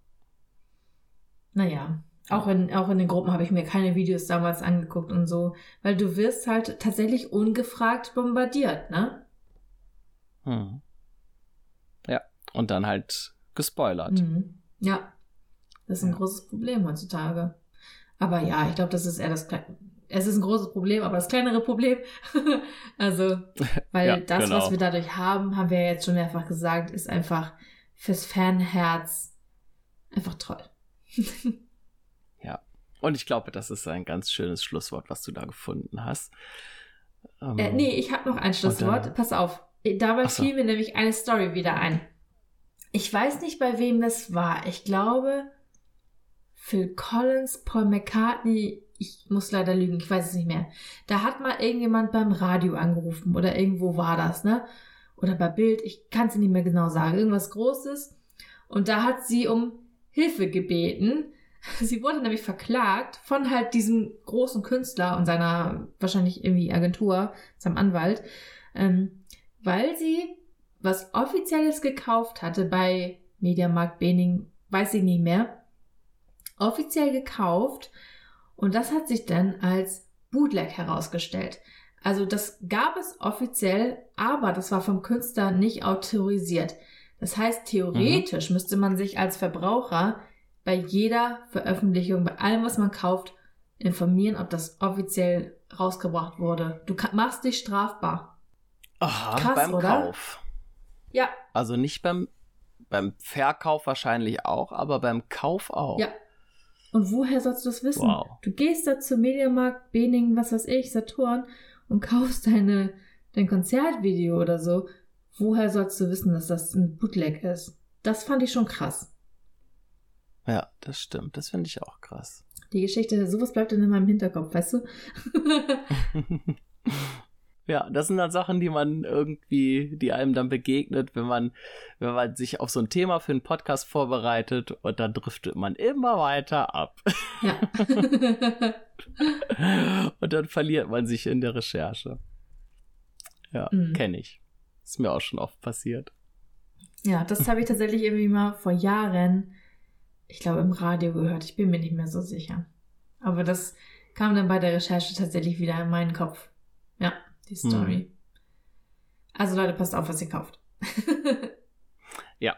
Naja, auch in, auch in den Gruppen habe ich mir keine Videos damals angeguckt und so, weil du wirst halt tatsächlich ungefragt bombardiert, ne? Hm. Ja, und dann halt gespoilert. Mhm. Ja, das ist ein Ja. großes Problem heutzutage. Aber ja, ich glaube, das ist eher das Kleine. Es ist ein großes Problem, aber das kleinere Problem. Also, weil Ja, das, genau. was wir dadurch haben, haben wir ja jetzt schon mehrfach gesagt, ist einfach fürs Fanherz einfach toll. Ja. Und ich glaube, das ist ein ganz schönes Schlusswort, was du da gefunden hast. Ähm, Äh, nee, ich habe noch ein Schlusswort. dann- Pass auf. Dabei Ach so. fiel mir nämlich eine Story wieder ein. Ich weiß nicht, bei wem das war. Ich glaube, Phil Collins, Paul McCartney, ich muss leider lügen, ich weiß es nicht mehr. Da hat mal irgendjemand beim Radio angerufen oder irgendwo war das, ne? Oder bei Bild, ich kann es nicht mehr genau sagen. Irgendwas Großes. Und da hat sie um Hilfe gebeten. Sie wurde nämlich verklagt von halt diesem großen Künstler und seiner wahrscheinlich irgendwie Agentur, seinem Anwalt, ähm, weil sie was Offizielles gekauft hatte bei Mediamarkt Bening, weiß ich nicht mehr, offiziell gekauft und das hat sich dann als Bootleg herausgestellt. Also das gab es offiziell, aber das war vom Künstler nicht autorisiert. Das heißt, theoretisch mhm. müsste man sich als Verbraucher bei jeder Veröffentlichung, bei allem, was man kauft, informieren, ob das offiziell rausgebracht wurde. Du machst dich strafbar. Aha, Krass, beim oder? Kauf. Ja. Also nicht beim, beim Verkauf wahrscheinlich auch, aber beim Kauf auch. Ja. Und woher sollst du das wissen? Wow. Du gehst da zum Mediamarkt, Bening, was weiß ich, Saturn und kaufst deine, dein Konzertvideo oder so. Woher sollst du wissen, dass das ein Bootleg ist? Das fand ich schon krass. Ja, das stimmt. Das finde ich auch krass. Die Geschichte, sowas bleibt dann in meinem Hinterkopf, weißt du? Ja, das sind dann Sachen, die man irgendwie, die einem dann begegnet, wenn man, wenn man sich auf so ein Thema für einen Podcast vorbereitet und dann driftet man immer weiter ab. Ja. Und dann verliert man sich in der Recherche. Ja, Mhm. kenne ich. Ist mir auch schon oft passiert. Ja, das habe ich tatsächlich irgendwie mal vor Jahren, ich glaube, im Radio gehört. Ich bin mir nicht mehr so sicher. Aber das kam dann bei der Recherche tatsächlich wieder in meinen Kopf. Ja, die Story. Hm. Also Leute, passt auf, was ihr kauft. Ja.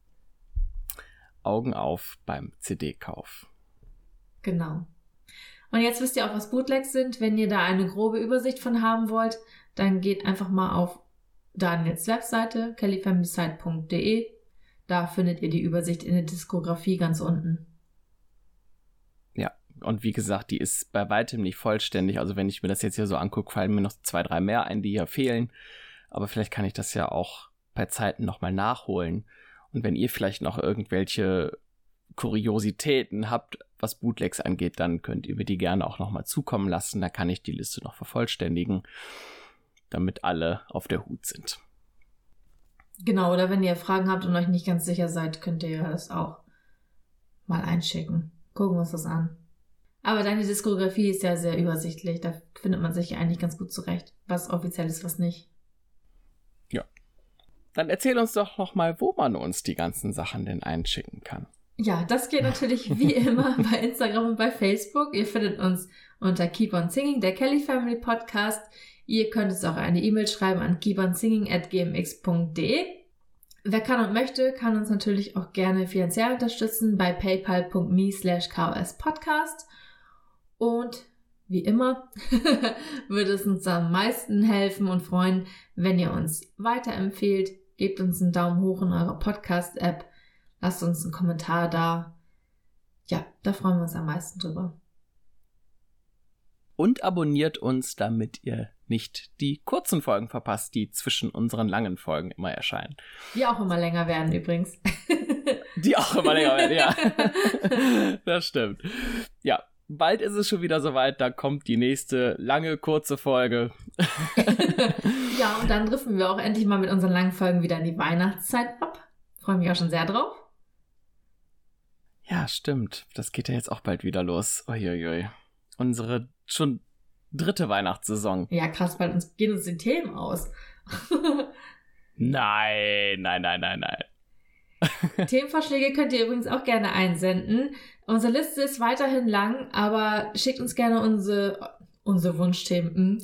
Augen auf beim C D-Kauf. Genau. Und jetzt wisst ihr auch, was Bootlegs sind. Wenn ihr da eine grobe Übersicht von haben wollt, dann geht einfach mal auf Daniels Webseite, kelly family site punkt de. Da findet ihr die Übersicht in der Diskografie ganz unten. Ja, und wie gesagt, die ist bei weitem nicht vollständig. Also wenn ich mir das jetzt hier so angucke, fallen mir noch zwei, drei mehr ein, die hier fehlen. Aber vielleicht kann ich das ja auch bei Zeiten nochmal nachholen. Und wenn ihr vielleicht noch irgendwelche Kuriositäten habt, was Bootlegs angeht, dann könnt ihr mir die gerne auch nochmal zukommen lassen. Da kann ich die Liste noch vervollständigen, damit alle auf der Hut sind. Genau, oder wenn ihr Fragen habt und euch nicht ganz sicher seid, könnt ihr das auch mal einschicken. gucken wir uns das an. Aber deine Diskografie ist ja sehr übersichtlich. Da findet man sich ja eigentlich ganz gut zurecht, was offiziell ist, was nicht. Ja. Dann erzähl uns doch noch mal, wo man uns die ganzen Sachen denn einschicken kann. Ja, das geht natürlich wie immer bei Instagram und bei Facebook. Ihr findet uns unter Keep on Singing, der Kelly Family Podcast. Ihr könnt uns auch eine E-Mail schreiben an keep on singing at g m x punkt d e. Wer kann und möchte, kann uns natürlich auch gerne finanziell unterstützen bei paypal punkt me slash k o s podcast. Und wie immer würde es uns am meisten helfen und freuen, wenn ihr uns weiterempfehlt. Gebt uns einen Daumen hoch in eurer Podcast-App. Lasst uns einen Kommentar da. Ja, da freuen wir uns am meisten drüber. Und abonniert uns, damit ihr nicht die kurzen Folgen verpasst, die zwischen unseren langen Folgen immer erscheinen. Die auch immer länger werden übrigens. Die auch immer länger werden, ja. Das stimmt. Ja, bald ist es schon wieder soweit, da kommt die nächste lange, kurze Folge. Ja, und dann driften wir auch endlich mal mit unseren langen Folgen wieder in die Weihnachtszeit ab. Freue mich auch schon sehr drauf. Ja, stimmt. Das geht ja jetzt auch bald wieder los. Uiuiui. Unsere schon dritte Weihnachtssaison. Ja, krass, weil uns gehen uns die Themen aus. Nein, nein, nein, nein, nein. Themenvorschläge könnt ihr übrigens auch gerne einsenden. Unsere Liste ist weiterhin lang, aber schickt uns gerne unsere, unsere Wunschthemen.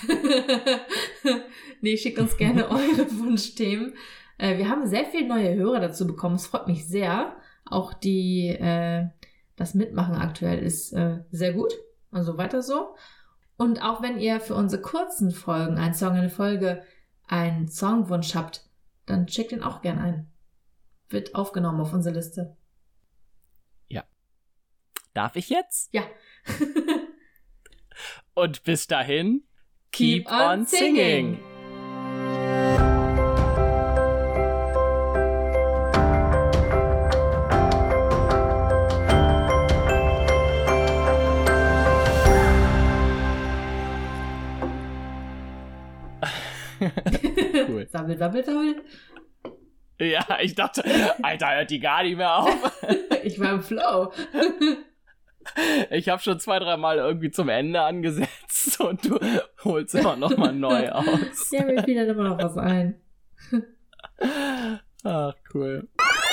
Nee, schickt uns gerne eure Wunschthemen. Äh, wir haben sehr viele neue Hörer dazu bekommen. Es freut mich sehr. Auch die, äh, das Mitmachen aktuell ist äh, sehr gut. Also weiter so. Und auch wenn ihr für unsere kurzen Folgen, ein Song, eine Folge, einen Songwunsch habt, dann schickt ihn auch gern ein. Wird aufgenommen auf unsere Liste. Ja. Darf ich jetzt? Ja. Und bis dahin, keep, keep on, on singing. singing. Cool. Sammel, sammel, sammel. Ja, ich dachte, Alter, hört die gar nicht mehr auf. Ich war im Flow. Ich habe schon zwei, drei Mal irgendwie zum Ende angesetzt und du holst immer noch mal neu aus. Ja, mir fiel dann immer noch was ein. Ach, cool.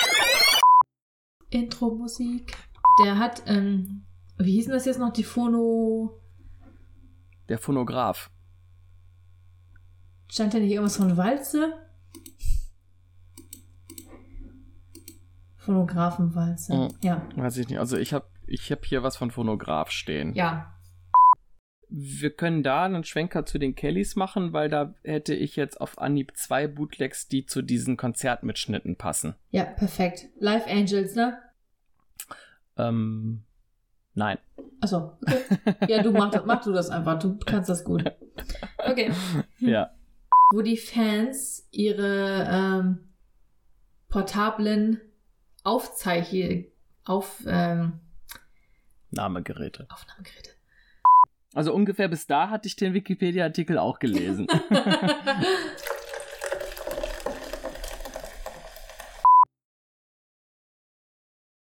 Intro-Musik. Der hat, ähm, wie hieß denn das jetzt noch? Die Phono... Der Phonograph. Stand da nicht irgendwas von Walze? Phonographenwalze. Oh, ja. Weiß ich nicht. Also ich habe ich hab hier was von Phonograph stehen. Ja. Wir können da einen Schwenker zu den Kellys machen, weil da hätte ich jetzt auf Anhieb zwei Bootlegs, die zu diesen Konzertmitschnitten passen. Ja, perfekt. Live Angels, ne? Ähm, nein. Achso, okay. Ja, du mach, mach du das einfach. Du kannst das gut. Okay. Ja. Wo die Fans ihre ähm, portablen Aufzeichen auf ähm, Nahmegeräte. Aufnahmegeräte. Also ungefähr bis da hatte ich den Wikipedia-Artikel auch gelesen.